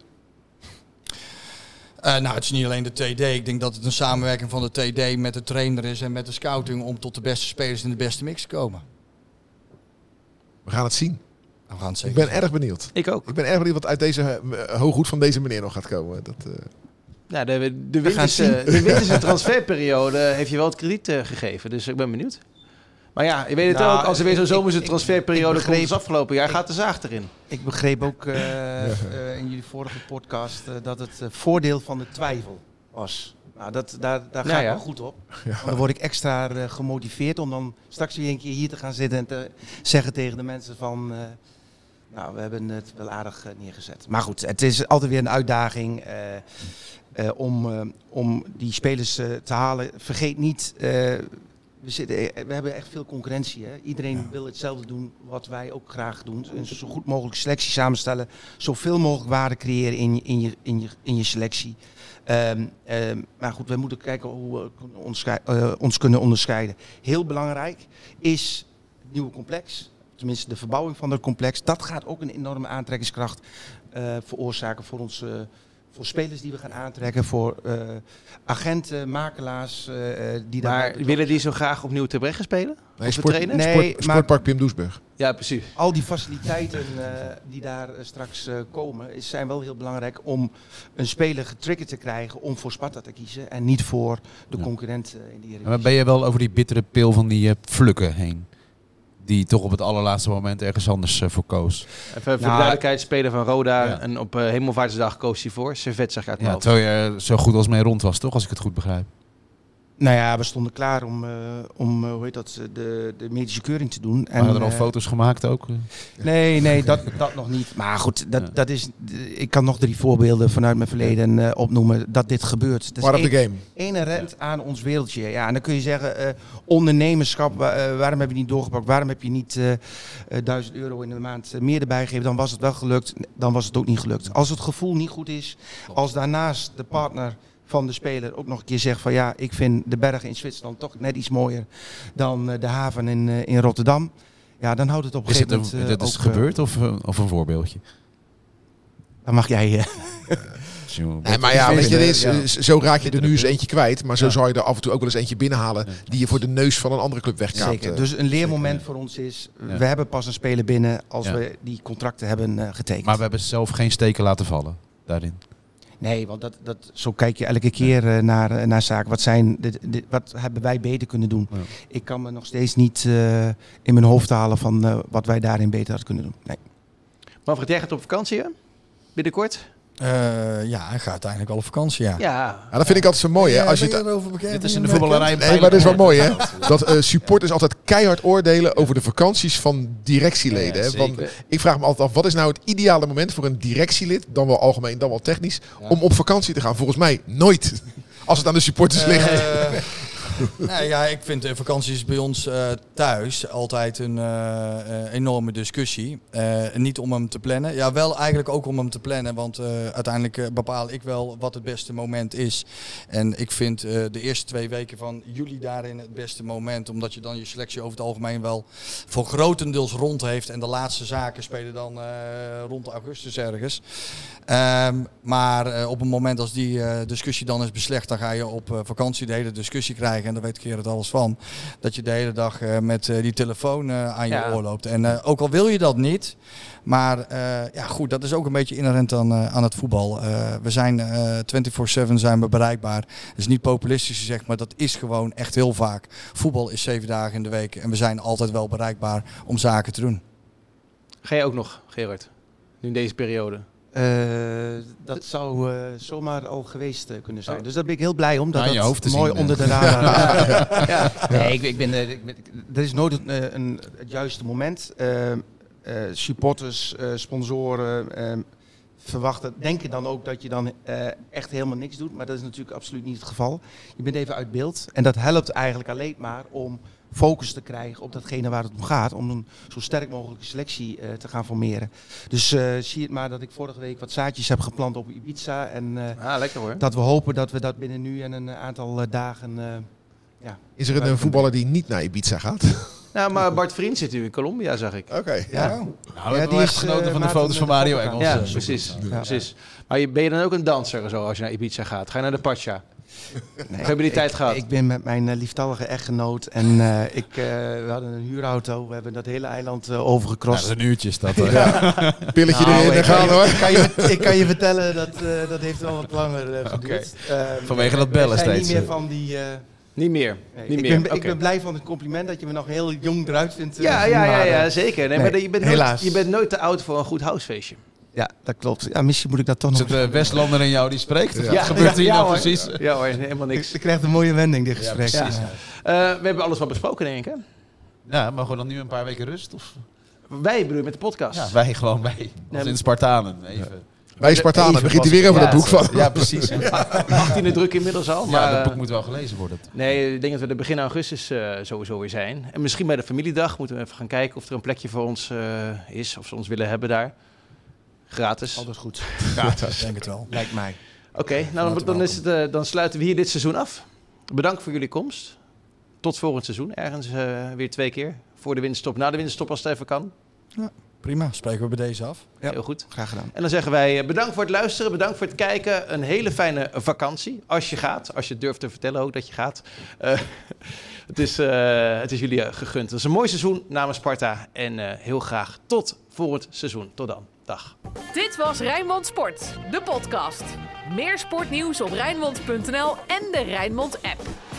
[SPEAKER 4] Uh, nou, het is niet alleen de T D. Ik denk dat het een samenwerking van de T D met de trainer is en met de scouting om tot de beste spelers in de beste mix te komen.
[SPEAKER 6] We gaan het zien.
[SPEAKER 4] We gaan het
[SPEAKER 6] Ik
[SPEAKER 4] zeker
[SPEAKER 6] ben
[SPEAKER 4] zien.
[SPEAKER 6] erg benieuwd.
[SPEAKER 2] Ik ook.
[SPEAKER 6] Ik ben erg benieuwd wat uit deze uh, hooghoed van deze meneer nog gaat komen. Dat, uh...
[SPEAKER 2] Ja, de, de,
[SPEAKER 3] gaan
[SPEAKER 2] winterse, de winterse transferperiode heeft je wel het krediet uh, gegeven. Dus ik ben benieuwd. Maar ja, je weet het
[SPEAKER 3] Nou,
[SPEAKER 2] ook. Als er weer zo'n
[SPEAKER 3] ik-
[SPEAKER 2] zomerse
[SPEAKER 3] ik-
[SPEAKER 2] transferperiode
[SPEAKER 3] ik
[SPEAKER 2] komt
[SPEAKER 3] begreep-
[SPEAKER 2] als afgelopen jaar,
[SPEAKER 3] ik-
[SPEAKER 2] gaat de zaag erin.
[SPEAKER 3] Ik begreep ook uh, uh, in jullie vorige podcast uh, dat het uh, voordeel van de twijfel was. Nou, dat, daar, daar ga
[SPEAKER 2] Ja,
[SPEAKER 3] ik
[SPEAKER 2] ja.
[SPEAKER 3] wel goed op. Want dan word ik extra uh, gemotiveerd om dan straks weer een keer hier te gaan zitten en te zeggen tegen de mensen van... Uh, nou, we hebben het wel aardig uh, neergezet. Maar goed, het is altijd weer een uitdaging uh, uh, om, uh, om die spelers uh, te halen. Vergeet niet... Uh, We, zitten, we hebben echt veel concurrentie. Hè? Iedereen ja. wil hetzelfde doen wat wij ook graag doen. Een zo goed mogelijk selectie samenstellen. Zoveel mogelijk waarde creëren in je, in je, in je, in je selectie. Um, um, maar goed, we moeten kijken hoe we onderschei- uh, ons kunnen onderscheiden. Heel belangrijk is het nieuwe complex. Tenminste de verbouwing van het complex. Dat gaat ook een enorme aantrekkingskracht uh, veroorzaken voor ons... Uh, Voor spelers die we gaan aantrekken, voor uh, agenten, makelaars uh, die daar.
[SPEAKER 2] Maar willen die zo graag opnieuw te Breggen spelen?
[SPEAKER 6] Nee,
[SPEAKER 2] Of
[SPEAKER 6] sport,
[SPEAKER 2] trainen?
[SPEAKER 3] Nee,
[SPEAKER 6] sport,
[SPEAKER 3] maar-
[SPEAKER 6] Sportpark Pim Doesburg.
[SPEAKER 2] Ja, precies.
[SPEAKER 3] Al die faciliteiten uh, die daar uh, straks uh, komen, is, zijn wel heel belangrijk om een speler getriggerd te krijgen om voor Sparta te kiezen en niet voor de
[SPEAKER 7] Ja.
[SPEAKER 3] concurrent uh, in die
[SPEAKER 7] Maar
[SPEAKER 3] Eredivisie.
[SPEAKER 7] ben je wel over die bittere pil van die uh, Vlukken heen? die toch op het allerlaatste moment ergens anders uh, voor koos.
[SPEAKER 2] Even voor de
[SPEAKER 3] Nou,
[SPEAKER 2] duidelijkheid, speler van Roda.
[SPEAKER 7] Ja.
[SPEAKER 2] En op uh, Hemelvaartsdag koos hij voor. Servet zeg ik uit mijn
[SPEAKER 7] Ja,
[SPEAKER 2] hoofd.
[SPEAKER 7] terwijl je er zo goed als mee rond was, toch? Als ik het goed begrijp.
[SPEAKER 3] Nou ja, we stonden klaar om, uh, om uh, hoe heet dat, de, de medische keuring te doen.
[SPEAKER 7] En, Waren er al
[SPEAKER 3] uh,
[SPEAKER 7] foto's gemaakt ook?
[SPEAKER 3] Nee, nee, dat, dat nog niet. Maar goed, dat,
[SPEAKER 7] Ja.
[SPEAKER 3] dat is, ik kan nog drie voorbeelden vanuit mijn verleden uh, opnoemen dat dit gebeurt. Dat
[SPEAKER 6] Part
[SPEAKER 3] is
[SPEAKER 6] of the
[SPEAKER 3] één-
[SPEAKER 6] game.
[SPEAKER 3] inherent aan ons wereldje. Ja, en dan kun je zeggen, uh, ondernemerschap, wa- uh, waarom heb je niet doorgepakt? Waarom heb je niet uh, uh, duizend euro in de maand uh, meer erbij gegeven? Dan was het wel gelukt, dan was het ook niet gelukt. Als het gevoel niet goed is, als daarnaast de partner van de speler ook nog een keer zegt van ja, ik vind de bergen in Zwitserland toch net iets mooier dan uh, de haven in, uh, in Rotterdam. Ja, dan houdt het op een
[SPEAKER 7] Is het
[SPEAKER 3] gegeven
[SPEAKER 7] een,
[SPEAKER 3] moment uh,
[SPEAKER 7] dat is
[SPEAKER 3] ook, uh,
[SPEAKER 7] gebeurd of, uh, of een voorbeeldje?
[SPEAKER 3] dan mag jij... Uh,
[SPEAKER 6] Nee, maar ja, weet je, er is,
[SPEAKER 7] Ja.
[SPEAKER 6] zo raak je er nu eens eentje kwijt. Maar zo
[SPEAKER 7] Ja.
[SPEAKER 6] zou je er af en toe ook wel eens eentje binnenhalen die je voor de neus van een andere club wegkaapt.
[SPEAKER 3] Zeker. Dus een leermoment voor ons is,
[SPEAKER 7] Ja.
[SPEAKER 3] we hebben pas een speler binnen als
[SPEAKER 7] Ja.
[SPEAKER 3] we die contracten hebben uh, getekend.
[SPEAKER 7] Maar we hebben zelf geen steken laten vallen daarin.
[SPEAKER 3] Nee, want dat, dat, zo kijk je elke keer uh, naar, uh, naar zaken. Wat, zijn de, de, wat hebben wij beter kunnen doen?
[SPEAKER 7] Ja.
[SPEAKER 3] Ik kan me nog steeds niet uh, in mijn hoofd halen van uh, wat wij daarin beter hadden kunnen doen. Nee.
[SPEAKER 2] Manfred, jij gaat op vakantie, hè? Binnenkort?
[SPEAKER 4] Uh, ja, hij gaat uiteindelijk wel op vakantie, ja.
[SPEAKER 2] Ja.
[SPEAKER 6] Ja, dat vind ik altijd zo mooi, hè?
[SPEAKER 4] Ja,
[SPEAKER 6] Als je
[SPEAKER 4] ben
[SPEAKER 6] het,
[SPEAKER 4] erover bekend?
[SPEAKER 7] Dit is in
[SPEAKER 4] Ben
[SPEAKER 7] de
[SPEAKER 4] je
[SPEAKER 7] voetballerij.
[SPEAKER 4] bekend?
[SPEAKER 6] nee, maar dat is wel mooi, hè? Dat uh, supporters altijd keihard oordelen over de vakanties van directieleden.
[SPEAKER 7] Ja,
[SPEAKER 6] hè? Want
[SPEAKER 7] zeker.
[SPEAKER 6] ik vraag me altijd af, wat is nou het ideale moment voor een directielid, dan wel algemeen, dan wel technisch, om op vakantie te gaan? Volgens mij nooit. Als het aan de supporters ligt.
[SPEAKER 4] Eh, nou ja, ik vind de vakanties bij ons uh, thuis altijd een uh, uh, enorme discussie. Uh, niet om hem te plannen. Ja, wel eigenlijk ook om hem te plannen. Want uh, uiteindelijk uh, bepaal ik wel wat het beste moment is. En ik vind uh, de eerste twee weken van juli daarin het beste moment. Omdat je dan je selectie over het algemeen wel voor grotendeels rond heeft. En de laatste zaken spelen dan uh, rond augustus ergens. Um, maar uh, op een moment als die uh, discussie dan is beslecht, dan ga je op uh, vakantie de hele discussie krijgen. En daar weet Gerrit alles van. Dat je de hele dag uh, met uh, die telefoon uh, aan je
[SPEAKER 2] Ja.
[SPEAKER 4] oor loopt. En uh, ook al wil je dat niet. Maar uh, ja goed, dat is ook een beetje inherent aan, uh, aan het voetbal. Uh, we zijn uh, vierentwintig zeven zijn we bereikbaar. Dat is niet populistisch gezegd, maar dat is gewoon echt heel vaak. Voetbal is zeven dagen in de week. En we zijn altijd wel bereikbaar om zaken te doen.
[SPEAKER 2] Ga je ook nog, Gerard? Nu in deze periode?
[SPEAKER 3] Uh, dat zou uh, zomaar al geweest uh, kunnen zijn.
[SPEAKER 2] Oh.
[SPEAKER 3] Dus daar ben ik heel blij om. Dat
[SPEAKER 7] Nou, in je
[SPEAKER 3] dat
[SPEAKER 7] hoofd te
[SPEAKER 3] mooi
[SPEAKER 7] zien,
[SPEAKER 3] onder
[SPEAKER 7] uh.
[SPEAKER 3] de radar.
[SPEAKER 2] Ja. ja.
[SPEAKER 3] Nee, ik, ik ben, uh, ik ben, er is nooit een, een, het juiste moment. Uh, uh, supporters, uh, sponsoren uh, verwachten, denken dan ook dat je dan uh, echt helemaal niks doet. Maar dat is natuurlijk absoluut niet het geval. Je bent even uit beeld. En dat helpt eigenlijk alleen maar om focus te krijgen op datgene waar het om gaat. Om een zo sterk mogelijke selectie uh, te gaan formeren. Dus uh, zie het maar dat ik vorige week wat zaadjes heb geplant op Ibiza. En uh,
[SPEAKER 2] Ah, lekker hoor.
[SPEAKER 3] dat we hopen dat we dat binnen nu en een aantal uh, dagen... Uh, ja,
[SPEAKER 6] Is er een, een voetballer die niet naar Ibiza gaat?
[SPEAKER 2] Nou, maar Bart Vriend zit nu in Colombia, zag ik.
[SPEAKER 6] Oké.
[SPEAKER 3] ja.
[SPEAKER 7] Nou, we
[SPEAKER 3] Ja,
[SPEAKER 7] hebben
[SPEAKER 3] die
[SPEAKER 7] wel echt
[SPEAKER 3] is,
[SPEAKER 7] genoten
[SPEAKER 3] uh,
[SPEAKER 7] van de
[SPEAKER 3] Maarten
[SPEAKER 7] foto's van
[SPEAKER 3] de
[SPEAKER 7] Mario
[SPEAKER 3] Fokker.
[SPEAKER 7] Engels.
[SPEAKER 2] Ja,
[SPEAKER 7] eh,
[SPEAKER 2] precies.
[SPEAKER 3] Ja.
[SPEAKER 2] precies. Maar je, ben je dan ook een danser zo als je naar Ibiza gaat? Ga je naar de Pacha?
[SPEAKER 3] Nee,
[SPEAKER 2] Hebben die
[SPEAKER 3] ik-
[SPEAKER 2] tijd gehad?
[SPEAKER 3] Ik ben met mijn uh, lieftallige echtgenoot en uh, ik, uh, we hadden een huurauto. We hebben dat hele eiland uh,
[SPEAKER 7] Ja,
[SPEAKER 3] overgecrossed.
[SPEAKER 7] dat is een uurtje is dat. eh.
[SPEAKER 6] Ja. Pilletje
[SPEAKER 3] Nou,
[SPEAKER 6] erin en
[SPEAKER 3] ik,
[SPEAKER 6] gaan
[SPEAKER 3] kan
[SPEAKER 6] hoor.
[SPEAKER 3] je, ik, kan je, ik kan je vertellen, dat, uh, dat heeft wel wat langer uh, geduurd. Uh,
[SPEAKER 7] Vanwege dat bellen
[SPEAKER 3] we zijn
[SPEAKER 7] steeds,
[SPEAKER 3] niet meer
[SPEAKER 7] uh.
[SPEAKER 3] van die... uh,
[SPEAKER 2] Niet meer.
[SPEAKER 3] nee,
[SPEAKER 2] Niet
[SPEAKER 3] ik,
[SPEAKER 2] meer.
[SPEAKER 3] ben,
[SPEAKER 2] Oké.
[SPEAKER 3] ik ben blij van het compliment dat je me nog heel jong eruit vindt. uh,
[SPEAKER 2] Ja,
[SPEAKER 3] zien,
[SPEAKER 2] ja, ja,
[SPEAKER 3] maar, uh,
[SPEAKER 2] ja, zeker. Nee,
[SPEAKER 3] nee,
[SPEAKER 2] maar je bent, nooit,
[SPEAKER 3] helaas.
[SPEAKER 2] je bent nooit te oud voor een goed housefeestje.
[SPEAKER 3] Ja, dat klopt. Ja, misschien moet ik dat toch
[SPEAKER 7] Is
[SPEAKER 3] nog...
[SPEAKER 7] het de Westlander in jou die spreekt? Of
[SPEAKER 6] Ja.
[SPEAKER 7] Wat gebeurt hier
[SPEAKER 2] ja,
[SPEAKER 7] nou
[SPEAKER 2] hoor.
[SPEAKER 7] precies?
[SPEAKER 2] Ja hoor, helemaal
[SPEAKER 3] Ik,
[SPEAKER 2] niks.
[SPEAKER 3] ik krijg een mooie wending, dit gesprek.
[SPEAKER 2] Ja. Uh, we hebben alles wel besproken, denk ik. Hè?
[SPEAKER 7] Ja, mogen we dan nu een paar weken rust? Of?
[SPEAKER 2] Wij bedoelen met de podcast.
[SPEAKER 7] Ja, wij gewoon, wij. Als in Spartanen. Even.
[SPEAKER 6] Bij Spartanen
[SPEAKER 7] Even
[SPEAKER 6] begint hij
[SPEAKER 7] was-
[SPEAKER 6] weer over
[SPEAKER 2] Ja,
[SPEAKER 6] dat boek van.
[SPEAKER 7] Ja, precies.
[SPEAKER 2] achttiende druk inmiddels al. Maar,
[SPEAKER 7] Ja, dat boek
[SPEAKER 2] eh,
[SPEAKER 7] moet wel gelezen worden.
[SPEAKER 2] Nee, ik denk dat we er begin augustus uh, sowieso weer zijn. En misschien bij de familiedag moeten we even gaan kijken of er een plekje voor ons uh, is. Of ze ons willen hebben daar. Gratis.
[SPEAKER 3] Alles goed.
[SPEAKER 4] Ik denk het wel.
[SPEAKER 3] Lijkt mij.
[SPEAKER 2] Oké, okay, nou dan, dan, is het, uh, dan sluiten we hier dit seizoen af. Bedankt voor jullie komst. Tot volgend seizoen. Ergens uh, weer twee keer. Voor de winterstop. Na de winterstop als het even kan.
[SPEAKER 4] Prima, spreken we bij deze af.
[SPEAKER 3] Ja.
[SPEAKER 2] Heel goed.
[SPEAKER 3] Graag gedaan.
[SPEAKER 2] En dan zeggen wij uh, bedankt voor het luisteren. Bedankt voor het kijken. Een hele fijne vakantie. Als je gaat. Als je durft te vertellen ook dat je gaat. Uh, het, is, uh, het is jullie uh, gegund. Het is een mooi seizoen namens Sparta. En uh, heel graag tot volgend seizoen. Tot dan. Dag.
[SPEAKER 1] Dit was Rijnmond Sport, de podcast. Meer sportnieuws op Rijnmond punt n l en de Rijnmond app.